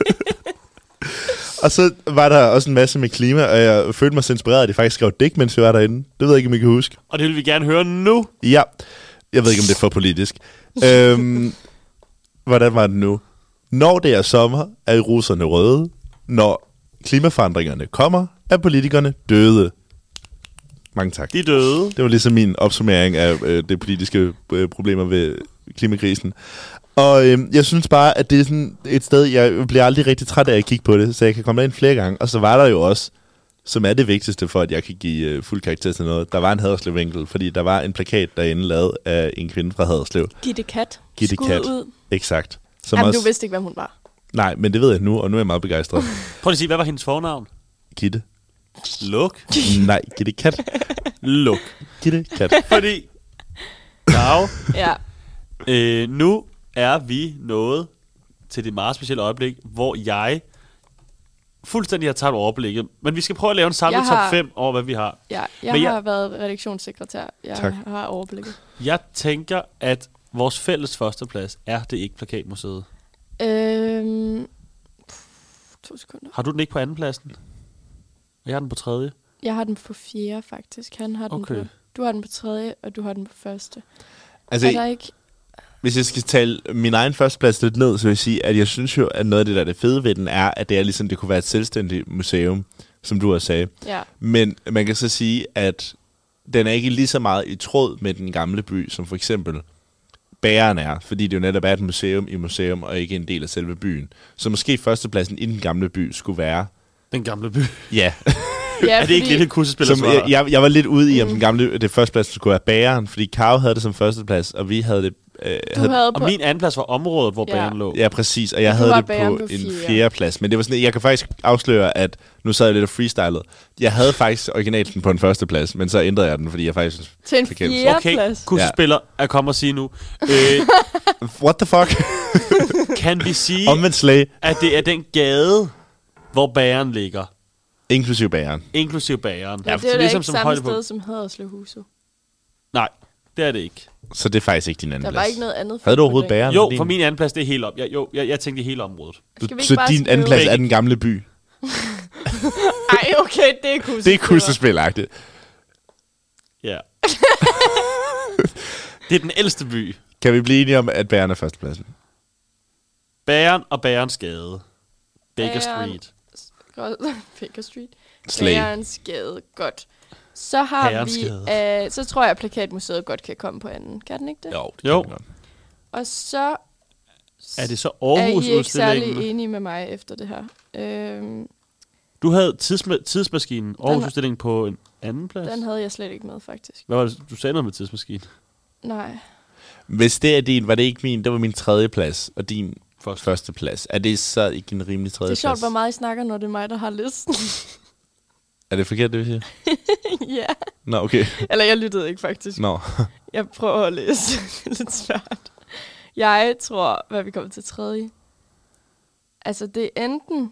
Og så var der også en masse med klima, og jeg følte mig så inspireret, at de faktisk skrev digt, mens vi var derinde. Det ved jeg ikke, om I kan huske. Og det vil vi gerne høre nu. Ja. Jeg ved ikke, om det er for politisk. Hvordan var det nu? Når det er sommer, er roserne røde. Når klimaforandringerne kommer, er politikerne døde. Mange tak. De døde. Det var ligesom min opsummering af det politiske problemer ved klimakrisen. Og jeg synes bare, at det er sådan et sted, jeg bliver aldrig rigtig træt af at kigge på det, så jeg kan komme derind flere gange. Og så var der jo også, som er det vigtigste for, at jeg kan give fuld karakter til noget, der var en Haderslev-vinkel, fordi der var en plakat derinde lavet af en kvinde fra Haderslev. Gitte Kat. Gitte Kat. Ud. Exakt. Jamen, også... du vidste ikke, hvem hun var. Nej, men det ved jeg nu, og nu er jeg meget begejstret. Prøv lige at sige, hvad var hendes fornavn? Gitte. Luk. Nej, Gitte Kat. Luk. Gitte Kat. Fordi... Now, ja. Nu er vi nået til det meget specielle øjeblik, hvor jeg fuldstændig har taget overblikket. Men vi skal prøve at lave en samlet top 5 over, hvad vi har. Ja, jeg har været redaktionssekretær. Jeg har overblikket. Jeg tænker, at vores fælles førsteplads er det ikke Plakatmuseet. 2 sekunder. Har du den ikke på andenpladsen? Jeg har den på 3. Jeg har den på 4, faktisk. Han har den på... Du har den på 3, og du har den på 1. Altså, er der ikke... Hvis jeg skal tale min egen førsteplads lidt ned, så vil jeg sige, at jeg synes jo, at noget af det, der er det fede ved den, er, at det er ligesom, det kunne være et selvstændigt museum, som du har sagt. Ja. Men man kan så sige, at den er ikke lige så meget i tråd med den gamle by, som for eksempel Bageren er, fordi det jo netop er et museum i museum, og ikke en del af selve byen. Så måske førstepladsen i den gamle by skulle være... Den gamle by. Ja. Er det ikke lidt et kursespiller? Jeg var lidt ude i, om det førsteplads skulle være Bageren, fordi Karo havde det som førsteplads, og vi havde det... Og min andenplads var området, hvor Bageren lå. Ja, præcis, og jeg havde det på en fjerdeplads. Men det var sådan, jeg kan faktisk afsløre, at nu sad jeg lidt og freestylet. Jeg havde faktisk originalt den på en førsteplads, men så ændrede jeg den, fordi jeg faktisk... Til en fjerdeplads? Okay, kursespiller er kommet og sige nu. What the fuck? Kan vi sige, at det er den gade, hvor Bageren ligger? Inklusiv Bageren. Inklusiv Bageren. Ja, det er ligesom ikke samme sted som Haderslev-huset. Nej, det er det ikke. Så det er faktisk ikke din anden plads. Der var ikke noget andet. Havde du overhovedet Bageren? Jo, for min anden plads, det er helt op. Jeg tænkte hele området. Så din anden plads er den gamle by? Ej, okay, det er kursespil. Det er kursespil-agtigt. Ja. Det er den ældste by. Kan vi blive enige om, at Bageren er førstepladsen? Bageren og Bagerens Gade. Baker Street. Baker Street. Slay. Bagerens Gade, godt. Så har vi, så tror jeg, at Plakatmuseet godt kan komme på anden. Kan den ikke det? Jo. Og så er det så Aarhus-udstillingen? Er I ikke særlig enige med mig efter det her? Du havde tidsmaskinen, Aarhus-udstillingen på en anden plads? Den havde jeg slet ikke med, faktisk. Hvad var det? Du sagde noget med tidsmaskinen? Nej. Hvis det er din, var det ikke min, det var min tredje plads, og din første plads. Er det så ikke en rimelig tredje plads? Det er sjovt, hvor meget I snakker, når det er mig, der har listen. Er det forkert, det vi siger? Ja. Nå, okay. Eller jeg lyttede ikke, faktisk. Nå. Jeg prøver at læse. Det er lidt svært. Jeg tror, hvad vi kommer til tredje. Altså, det er enten...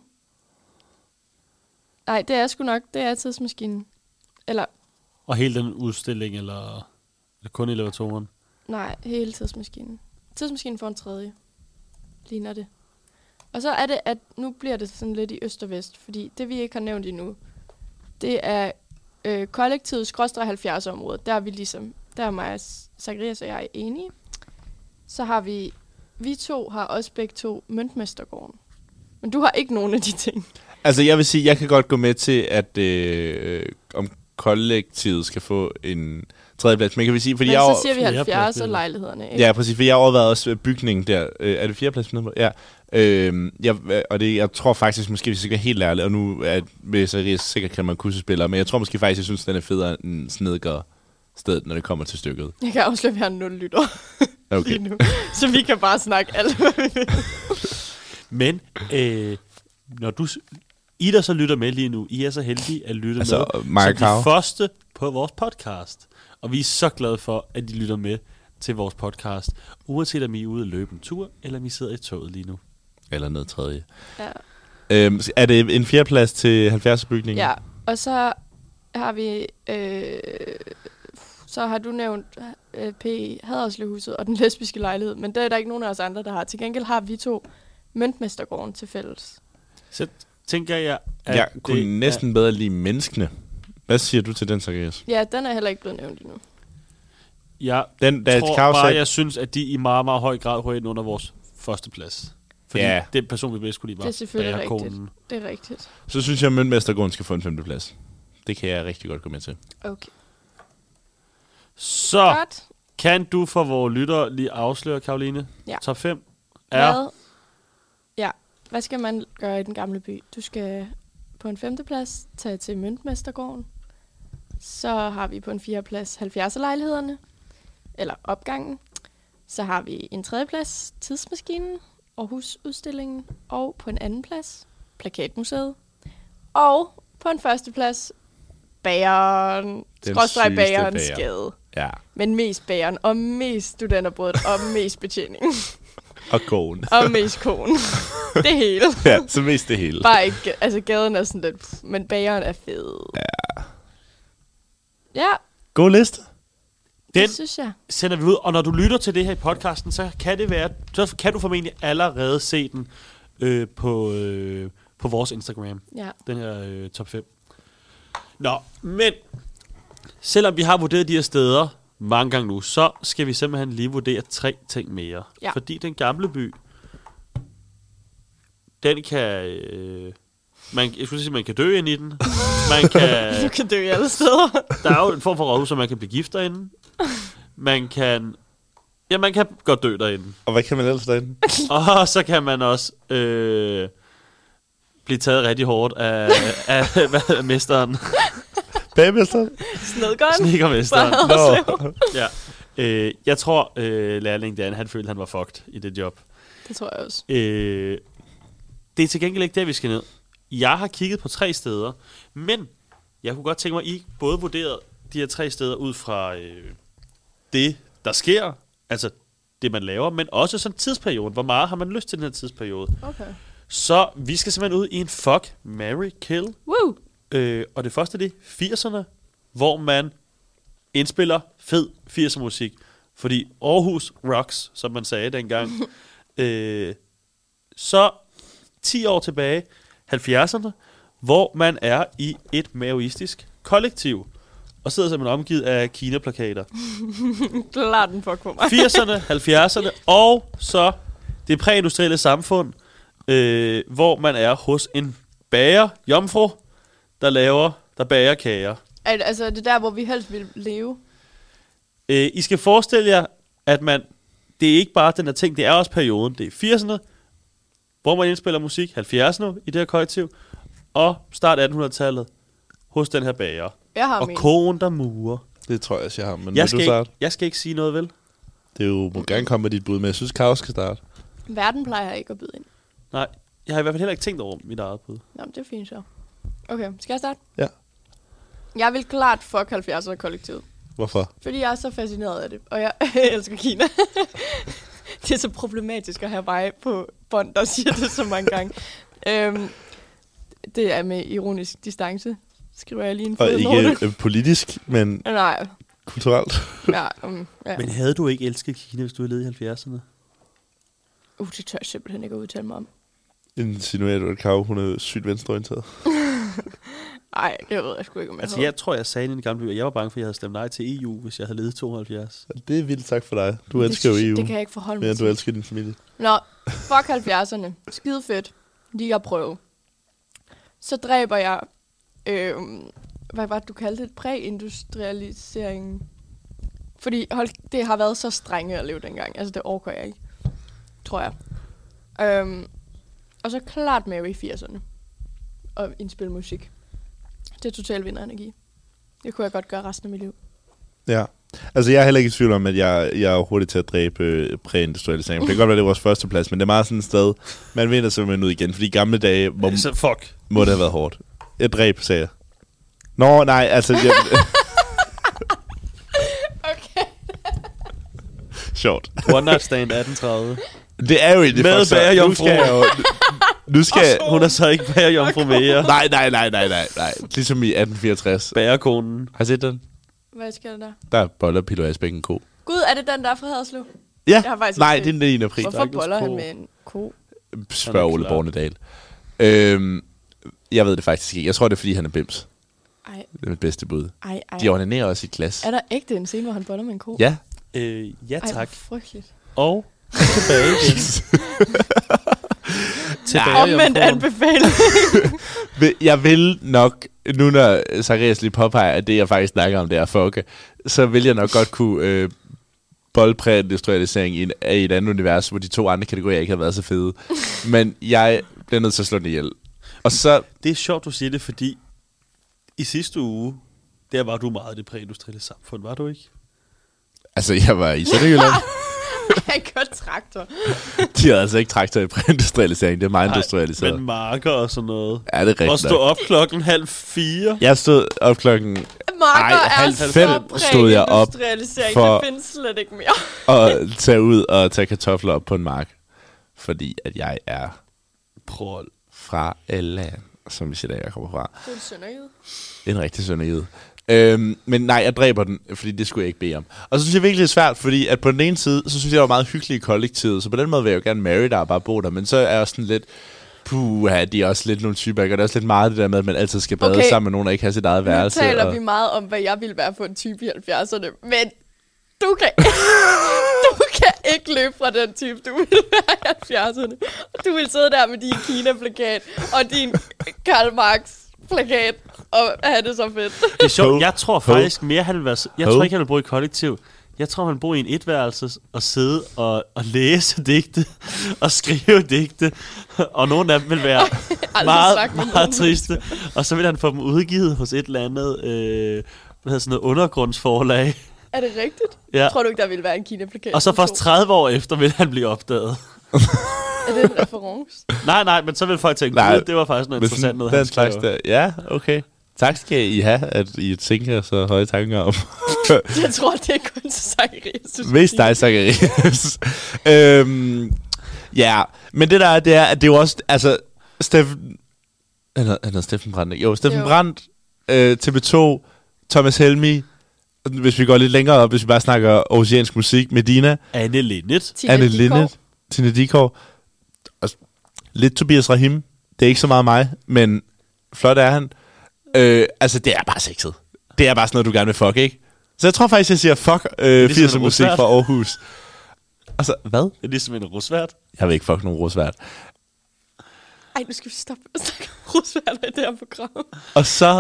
Nej, det er sgu nok. Det er tidsmaskinen. Eller... Og hele den udstilling, eller kun elevatoren? Nej, hele tidsmaskinen. Tidsmaskinen får en tredje. Ligner det. Og så er det, at nu bliver det sådan lidt i øst og vest. Fordi det, vi ikke har nævnt endnu, det er kollektivet /70 område. Der er vi ligesom... Der er mig, Zacharias og jeg enige. Så har vi to har også begge to Møntmestergården. Men du har ikke nogen af de ting. Altså, jeg vil sige, jeg kan godt gå med til, at om kollektivet skal få en tredjeplads. Men kan vi sige, fordi men så siger vi 70 og lejlighederne, ikke? Ja, præcis, for jeg overvejede også bygningen der. Er det fjerdeplads? Ja. Jeg tror faktisk, måske hvis jeg skal være helt ærlig, og nu vil jeg sikkert kan man kursespillere, men jeg tror måske faktisk, jeg synes, den er federe end Snedgård stedet, når det kommer til stykket. Jeg kan afsløre, at vi har 0 lytter okay. nu, så vi kan bare snakke alt, hvad vi vil. Men når I der så lytter med lige nu, I er så heldige at lytte med som de første på vores podcast. Og vi er så glade for, at I lytter med til vores podcast, uanset om I er ude at løbe en tur, eller om I sidder i toget lige nu. Eller noget tredje. Ja. Er det en fjerdeplads til 70'er-bygningen? Ja, og så har vi... så har du nævnt P. Haderslev-huset og den lesbiske lejlighed, men det er der ikke nogen af os andre, der har. Til gengæld har vi to Møntmestergården til fælles. Så tænker jeg, at jeg kunne næsten bedre lide menneskene. Hvad siger du til den, Zacharias? Ja, den er heller ikke blevet nævnt endnu. Jeg tror bare, jeg synes, at de i meget, meget høj grad ryger ind under vores første plads. Fordi den person, vi bedst kunne lide, var det er selvfølgelig rigtigt. Det er rigtigt. Så synes jeg, at Møntmestergården skal få en 5. plads. Det kan jeg rigtig godt gå med til. Okay. Så godt. Kan du for vores lyttere lige afsløre, Karoline? Ja. Top 5 er... Hvad skal man gøre i den gamle by? Du skal på en 5. plads tage til Møntmestergården. Så har vi på en 4. plads 70'er-lejlighederne. Eller opgangen. Så har vi en 3. plads tidsmaskinen, Aarhus-udstillingen. Og på en 2. plads Plakatmuseet. Og på en 1. plads Bageren. Bagerens Gade. Ja. Men mest Bageren og mest studenterbrødet og mest betjening. Og kogen. Og mest kogen. Det hele. Ja, så mest det hele. Bare ikke, altså gaden er sådan lidt, men Bageren er fed. Ja. Ja. God liste. Den synes jeg. Sender vi ud, og når du lytter til det her i podcasten, så kan det være, så kan du formentlig allerede se den på vores Instagram. Ja. Den her top 5. Nå, men selvom vi har vurderet de her steder mange gange nu, så skal vi simpelthen lige vurdere 3 ting mere. Ja. Fordi den gamle by, den kan... jeg skulle sige, man kan dø ind i den. Man kan... Du kan dø i alle steder. Der er jo en form for rådhus, så man kan blive gift derinde. Man kan... Ja, man kan godt dø derinde. Og hvad kan man ellers derinde? Og så kan man også blive taget rigtig hårdt af mesteren. Bagmesteren? Snedgården. Sneakermesteren. Nå. Ja. Jeg tror, lærling Dan, han følte, han var fucked i det job. Det tror jeg også. Det er til gengæld ikke der, vi skal ned. Jeg har kigget på 3 steder, men jeg kunne godt tænke mig, at I både vurderede de her 3 steder ud fra det, der sker, altså det, man laver, men også sådan tidsperioden. Hvor meget har man lyst til den her tidsperiode? Okay. Så vi skal simpelthen ud i en fuck, marry, kill. Woo! Og det første, det er 80'erne, hvor man indspiller fed 80'er musik. Fordi Aarhus rocks, som man sagde dengang. Så 10 år tilbage, 70'erne, hvor man er i et maoistisk kollektiv. Og sidder simpelthen omgivet af Kina-plakater. Lad den fuck på mig. 80'erne, 70'erne, og så det præindustrielle samfund, hvor man er hos en bager, jomfru, der bager kager. Altså, det er der, hvor vi helst vil leve. I skal forestille jer, at det er ikke bare den her ting, det er også perioden. Det er 80'erne, hvor man indspiller musik, 70'erne i det her kollektiv, og start 1800-tallet hos den her bager. Jeg har og min. kogen, der murer. Det tror jeg, jeg har. Men Jeg skal ikke sige noget, vel? Det er jo, må gerne komme med dit bud, men jeg synes, Kaos skal starte. Verden plejer ikke at byde ind. Nej, jeg har i hvert fald heller ikke tænkt over mit eget bud. Nå, det er fint så. Okay, skal jeg starte? Ja. Jeg vil klart fuck 70'erne kollektivet. Hvorfor? Fordi jeg er så fascineret af det, og jeg elsker Kina. Det er så problematisk at have mig på bånd, der siger det så mange gange. Det er med ironisk distance, skriver jeg lige en Og fodnote. ikke politisk, men Nej. kulturelt. Ja, ja. Men havde du ikke elsket Kina, hvis du havde levet i 70'erne? Det tør jeg simpelthen ikke at udtale mig om. Insinuerer du, at Karo, hun er sygt venstreorienteret? Nej, det ved jeg sgu ikke, om Altså, jeg tror, jeg sagde i den gamle by, at jeg var bange for, at jeg havde stemt nej til EU, hvis jeg havde levet 72. Det er vildt sagt for dig. Du elsker jo EU. Det kan jeg ikke forholde mig Men til. du elsker din familie. Nå, fuck 70'erne. Skide fedt. Lige at prøve. Så dræber jeg... hvad var det, du kaldte det? Præindustrialisering. Fordi det har været så strenge at leve dengang. Altså, det overgår jeg ikke. Tror jeg. Og så klart med i 80'erne. Og indspille musik. Det er totalt vinderenergi. Det kunne jeg godt gøre resten af mit liv. Ja. Altså, jeg er heller ikke i tvivl om, at jeg er hurtigt til at dræbe præindustrialisering. Det kan godt være, det er vores første plads, men det er meget sådan et sted, man vinder simpelthen ud igen. Fordi gamle dage må det have været hårdt. Jeg dræb, sagde jeg. Nå, nej, altså... Okay. Sjovt. One Night Stand 1830. Det er jo egentlig med bagerjomfru. Nu skal hun er så ikke bagerjomfru mere. Nej. Ligesom i 1864. Bagerkonen. Har I set den? Hvad sker der der? Der er boller, Pilo Asbæk, en ko. Gud, er det den der fra Haderslev? Ja, Jeg har faktisk nej, ikke det er den 9. april. Hvorfor boller han med en ko? Spørg Ole Bornedal. Jeg ved det faktisk ikke. Jeg tror, det er, fordi han er bims. Ej. Det er mit bedste bud. Ej. De onanerer også i glas. Er der ægte en scene, hvor han boller med en ko? Ja. Ja, tak. Ej, frygteligt. Og tilbage igen. Omvendt anbefaling. Jeg vil nok, nu når Zacharias lige påpeger, at det jeg faktisk snakker om, det er fucke, så vil jeg nok godt kunne boldpræindustrialisering i et andet univers, hvor de 2 andre kategorier ikke har været så fede. Men jeg bliver nødt til at slå den ihjel. Og så... Det er sjovt, du siger det, fordi i sidste uge, der var du meget i det præindustrielle samfund, var du ikke? Altså, jeg var i Sønderjylland. Jeg kørte traktor. De havde altså ikke traktor i præindustrialisering, det er meget industrialiseret. Men marker og sådan noget. Ja, det er rigtigt. Og stå op 3:30. Jeg stod op klokken... Marker er så stod jeg op for det findes slet ikke mere. at tage ud og tage kartofler op på en mark. Fordi at jeg er prol fra land, som vi siger, der jeg kommer fra. Det er en sønderjyde. En rigtig sønderjyde. Men nej, jeg dræber den, fordi det skulle jeg ikke bede om. Og så synes jeg virkelig, det er svært, fordi at på den ene side, så synes jeg, det var meget hyggeligt i kollektivet, så på den måde vil jeg jo gerne marry der og bare bo der, men så er jeg sådan lidt, de er også lidt nogle typer, og det er også lidt meget det der med, at man altid skal bade sammen med nogen, der ikke har sit eget værelse. Nu taler vi meget om, hvad jeg ville være for en type i 70'erne, men du kan ikke løbe fra den type, du ville være i 70'erne. Du ville sidde der med din Kina-plakat og din Karl Marx-plakat Og er det så fedt? Det er sjovt. Jeg tror faktisk mere, han vil være... Jeg tror ikke, han vil bo i kollektiv. Jeg tror, han vil bo i en etværelse og sidde og læse digte og skrive digte. Og nogle af dem vil være meget triste. Og så vil han få dem udgivet hos et eller andet sådan noget undergrundsforlag. Er det rigtigt? Ja. Tror du ikke, der ville være en Kina-plakat? Og så først 30 år efter vil han blive opdaget. Er det en reference? Nej, men så vil folk tænke, det var faktisk noget interessant noget, han skrev. Ja, okay. Tak skal I have, at I tænker så høje tanker om. Jeg tror, det er kun til Zacharias. Hvis dig, Zacharias. Ja, men det der er, det er, at det er jo også, altså, Steffen... Han hedder Steffen Brandt, ikke? Jo, Steffen Brandt, TV2, Thomas Helmig, hvis vi går lidt længere op, hvis vi bare snakker oceansk musik, Medina. Anne Linnet. Tina Dickow. Lidt Tobias Rahim. Det er ikke så meget mig, men flot er han. Altså, det er bare sexet. Det er bare sådan noget, du gerne vil fuck, ikke? Så jeg tror faktisk, jeg siger fuck 80'er musik fra Aarhus. Altså, hvad? Det er ligesom en rusvært. Jeg vil ikke fuck nogen rusvært. Ej, nu skal vi stoppe at snakke om rusværter i det her program. Og så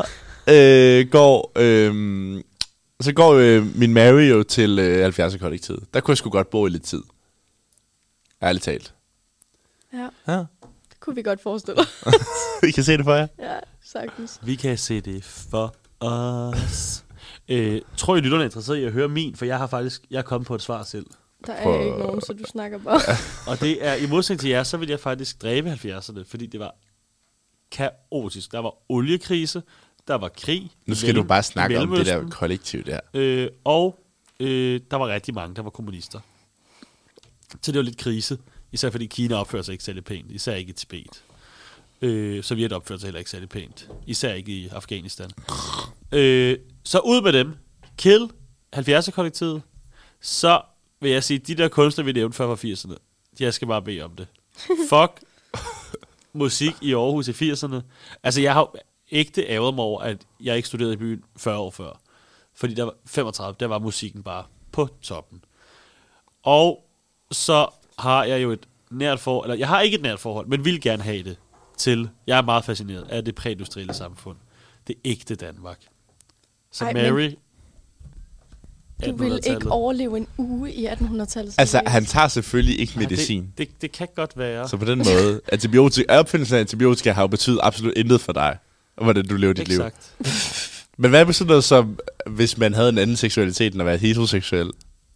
går min Mary jo til 70'er kollektivet. Der kunne jeg sgu godt bo i lidt tid. Ærligt talt. Ja. Det kunne vi godt forestille os. I kan se det for jer? Ja, sagtens. Vi kan se det for os. Tror I, lytterne er interesseret i at høre min? For jeg er kommet på et svar selv. Der er ikke nogen, så du snakker bare. Og det er, i modsætning til jer, så vil jeg faktisk dræbe 70'erne, fordi det var kaotisk. Der var oliekrise, der var krig. Nu skal du bare snakke om det der kollektiv der. Der var rigtig mange, der var kommunister. Så det var lidt krise. Især fordi Kina opfører sig ikke særlig pænt. Især ikke i Tibet. Sovjet opfører sig heller ikke særlig pænt. Især ikke i Afghanistan. Så ud med dem. Kill 70'er-kollektivet. Så vil jeg sige, de der kunstnere, vi nævnte før fra 80'erne, jeg skal bare bede om det. Fuck musik i Aarhus i 80'erne. Altså, jeg har ægte ærget mig over, at jeg ikke studerede i byen 40 år før. Fordi der var 35, der var musikken bare på toppen. Og så har jeg jo et nært forhold, eller jeg har ikke et nært forhold, men vil gerne have det til, jeg er meget fascineret af det præindustrielle samfund. Det ægte Danmark. Så ej, Mary... Du vil ikke overleve en uge i 1800-tallet. Altså, han tager selvfølgelig ikke medicin. Det kan godt være. Så på den måde, opfindelsen af antibiotika har jo betydet absolut intet for dig, hvordan du lever dit liv. Men hvad er sådan noget som, hvis man havde en anden seksualitet end at være heteroseksuel?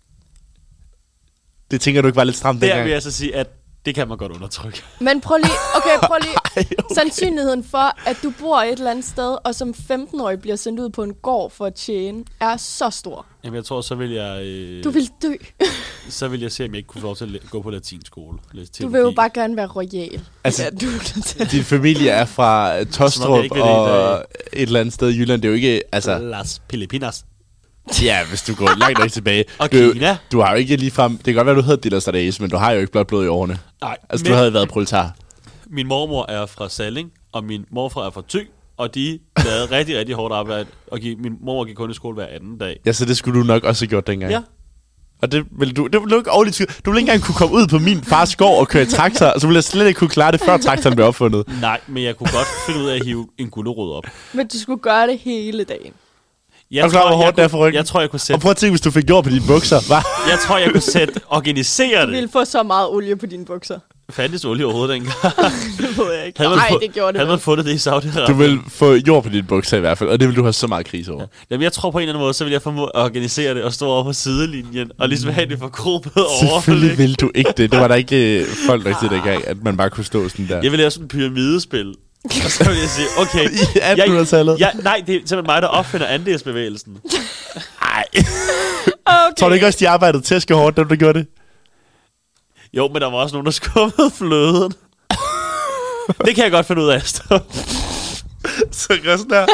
Det tænker du ikke var lidt stramt dengang? Der vil jeg så sige, at det kan man godt undertrykke. Men prøv lige. Okay. Sandsynligheden for, at du bor et eller andet sted, og som 15-årig bliver sendt ud på en gård for at tjene, er så stor. Jamen, jeg tror, så vil jeg... Du vil dø. Så vil jeg se, om jeg ikke kunne få lov til at gå på latinskole. Du vil jo bare gerne være royal. Altså, din familie er fra Tostrup og et eller andet sted i Jylland. Det er jo ikke... Altså... Las Filipinas. Ja, hvis du går langt nok tilbage. Og Kina. Du har jo ikke ligefrem... Det kan godt være, du hedder Diller Stadaes, men du har jo ikke blot blod i årene. Nej. Altså, du havde været proletar. Min mormor er fra Salling, og min morfar er fra Thy, og de lavede rigtig, rigtig hårdt arbejde. Og min mormor gik kun i skole hver anden dag. Ja, så det skulle du nok også have gjort dengang. Ja. Og det vil du ikke overligt. Du ville ikke engang kunne komme ud på min fars gård og køre traktor, og så ville jeg slet ikke kunne klare det, før traktoren blev opfundet. Nej, men jeg kunne godt finde ud af at hive en gulerod op. Men du skulle gøre det hele dagen. Jeg tror, jeg kunne sætte... Og prøv at tænke, hvis du fik jord på dine bukser, hva? Jeg tror, jeg kunne organisere det. Du ville få så meget olie på dine bukser. Fandtes olie overhovedet dengang? Det ved jeg ikke. Nej, det gjorde det. Havde man fundet det i Saudi-Arabien? Du vil få jord på dine bukser i hvert fald, og det vil du have så meget krise over. Ja. Jamen, jeg tror på en eller anden måde, så vil jeg formå at organisere det og stå over på sidelinjen, og ligesom have det forkrupet over. Selvfølgelig vil du ikke det. Det var der ikke folk, der til dengang, at man bare kunne stå sådan der. Jeg vil lave sådan en pyramidespil. Og så vil jeg sige, okay... I 1800-tallet? Nej, det er simpelthen mig, der opfinder andelsbevægelsen. Nej. Okay. Tror du ikke også, de arbejdede tæske hårdt, da du gjorde det? Jo, men der var også nogen, der skubbede fløden. Det kan jeg godt finde ud af, så gør sådan der.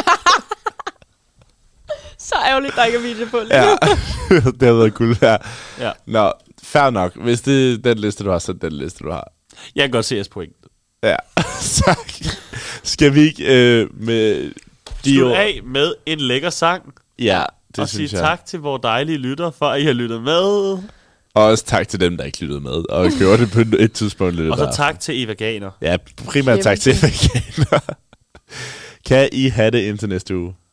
Så ærgerligt, der ikke er video på. Ja, det har været guld her. Ja. Nå, fair nok. Hvis det er den liste, du har, så er den liste, du har. Jeg kan godt se jeres point. Ja, så skal vi ikke med... Slutte af med en lækker sang. Ja, det og synes sige jeg. Tak til vores dejlige lytter, for at I har lyttet med. Og også tak til dem, der ikke lyttede med, og gjorde det på et tidspunkt. Og så tak til Eva Ganer. Ja, primært tak til Eva Ganer. Kan I have det indtil næste uge?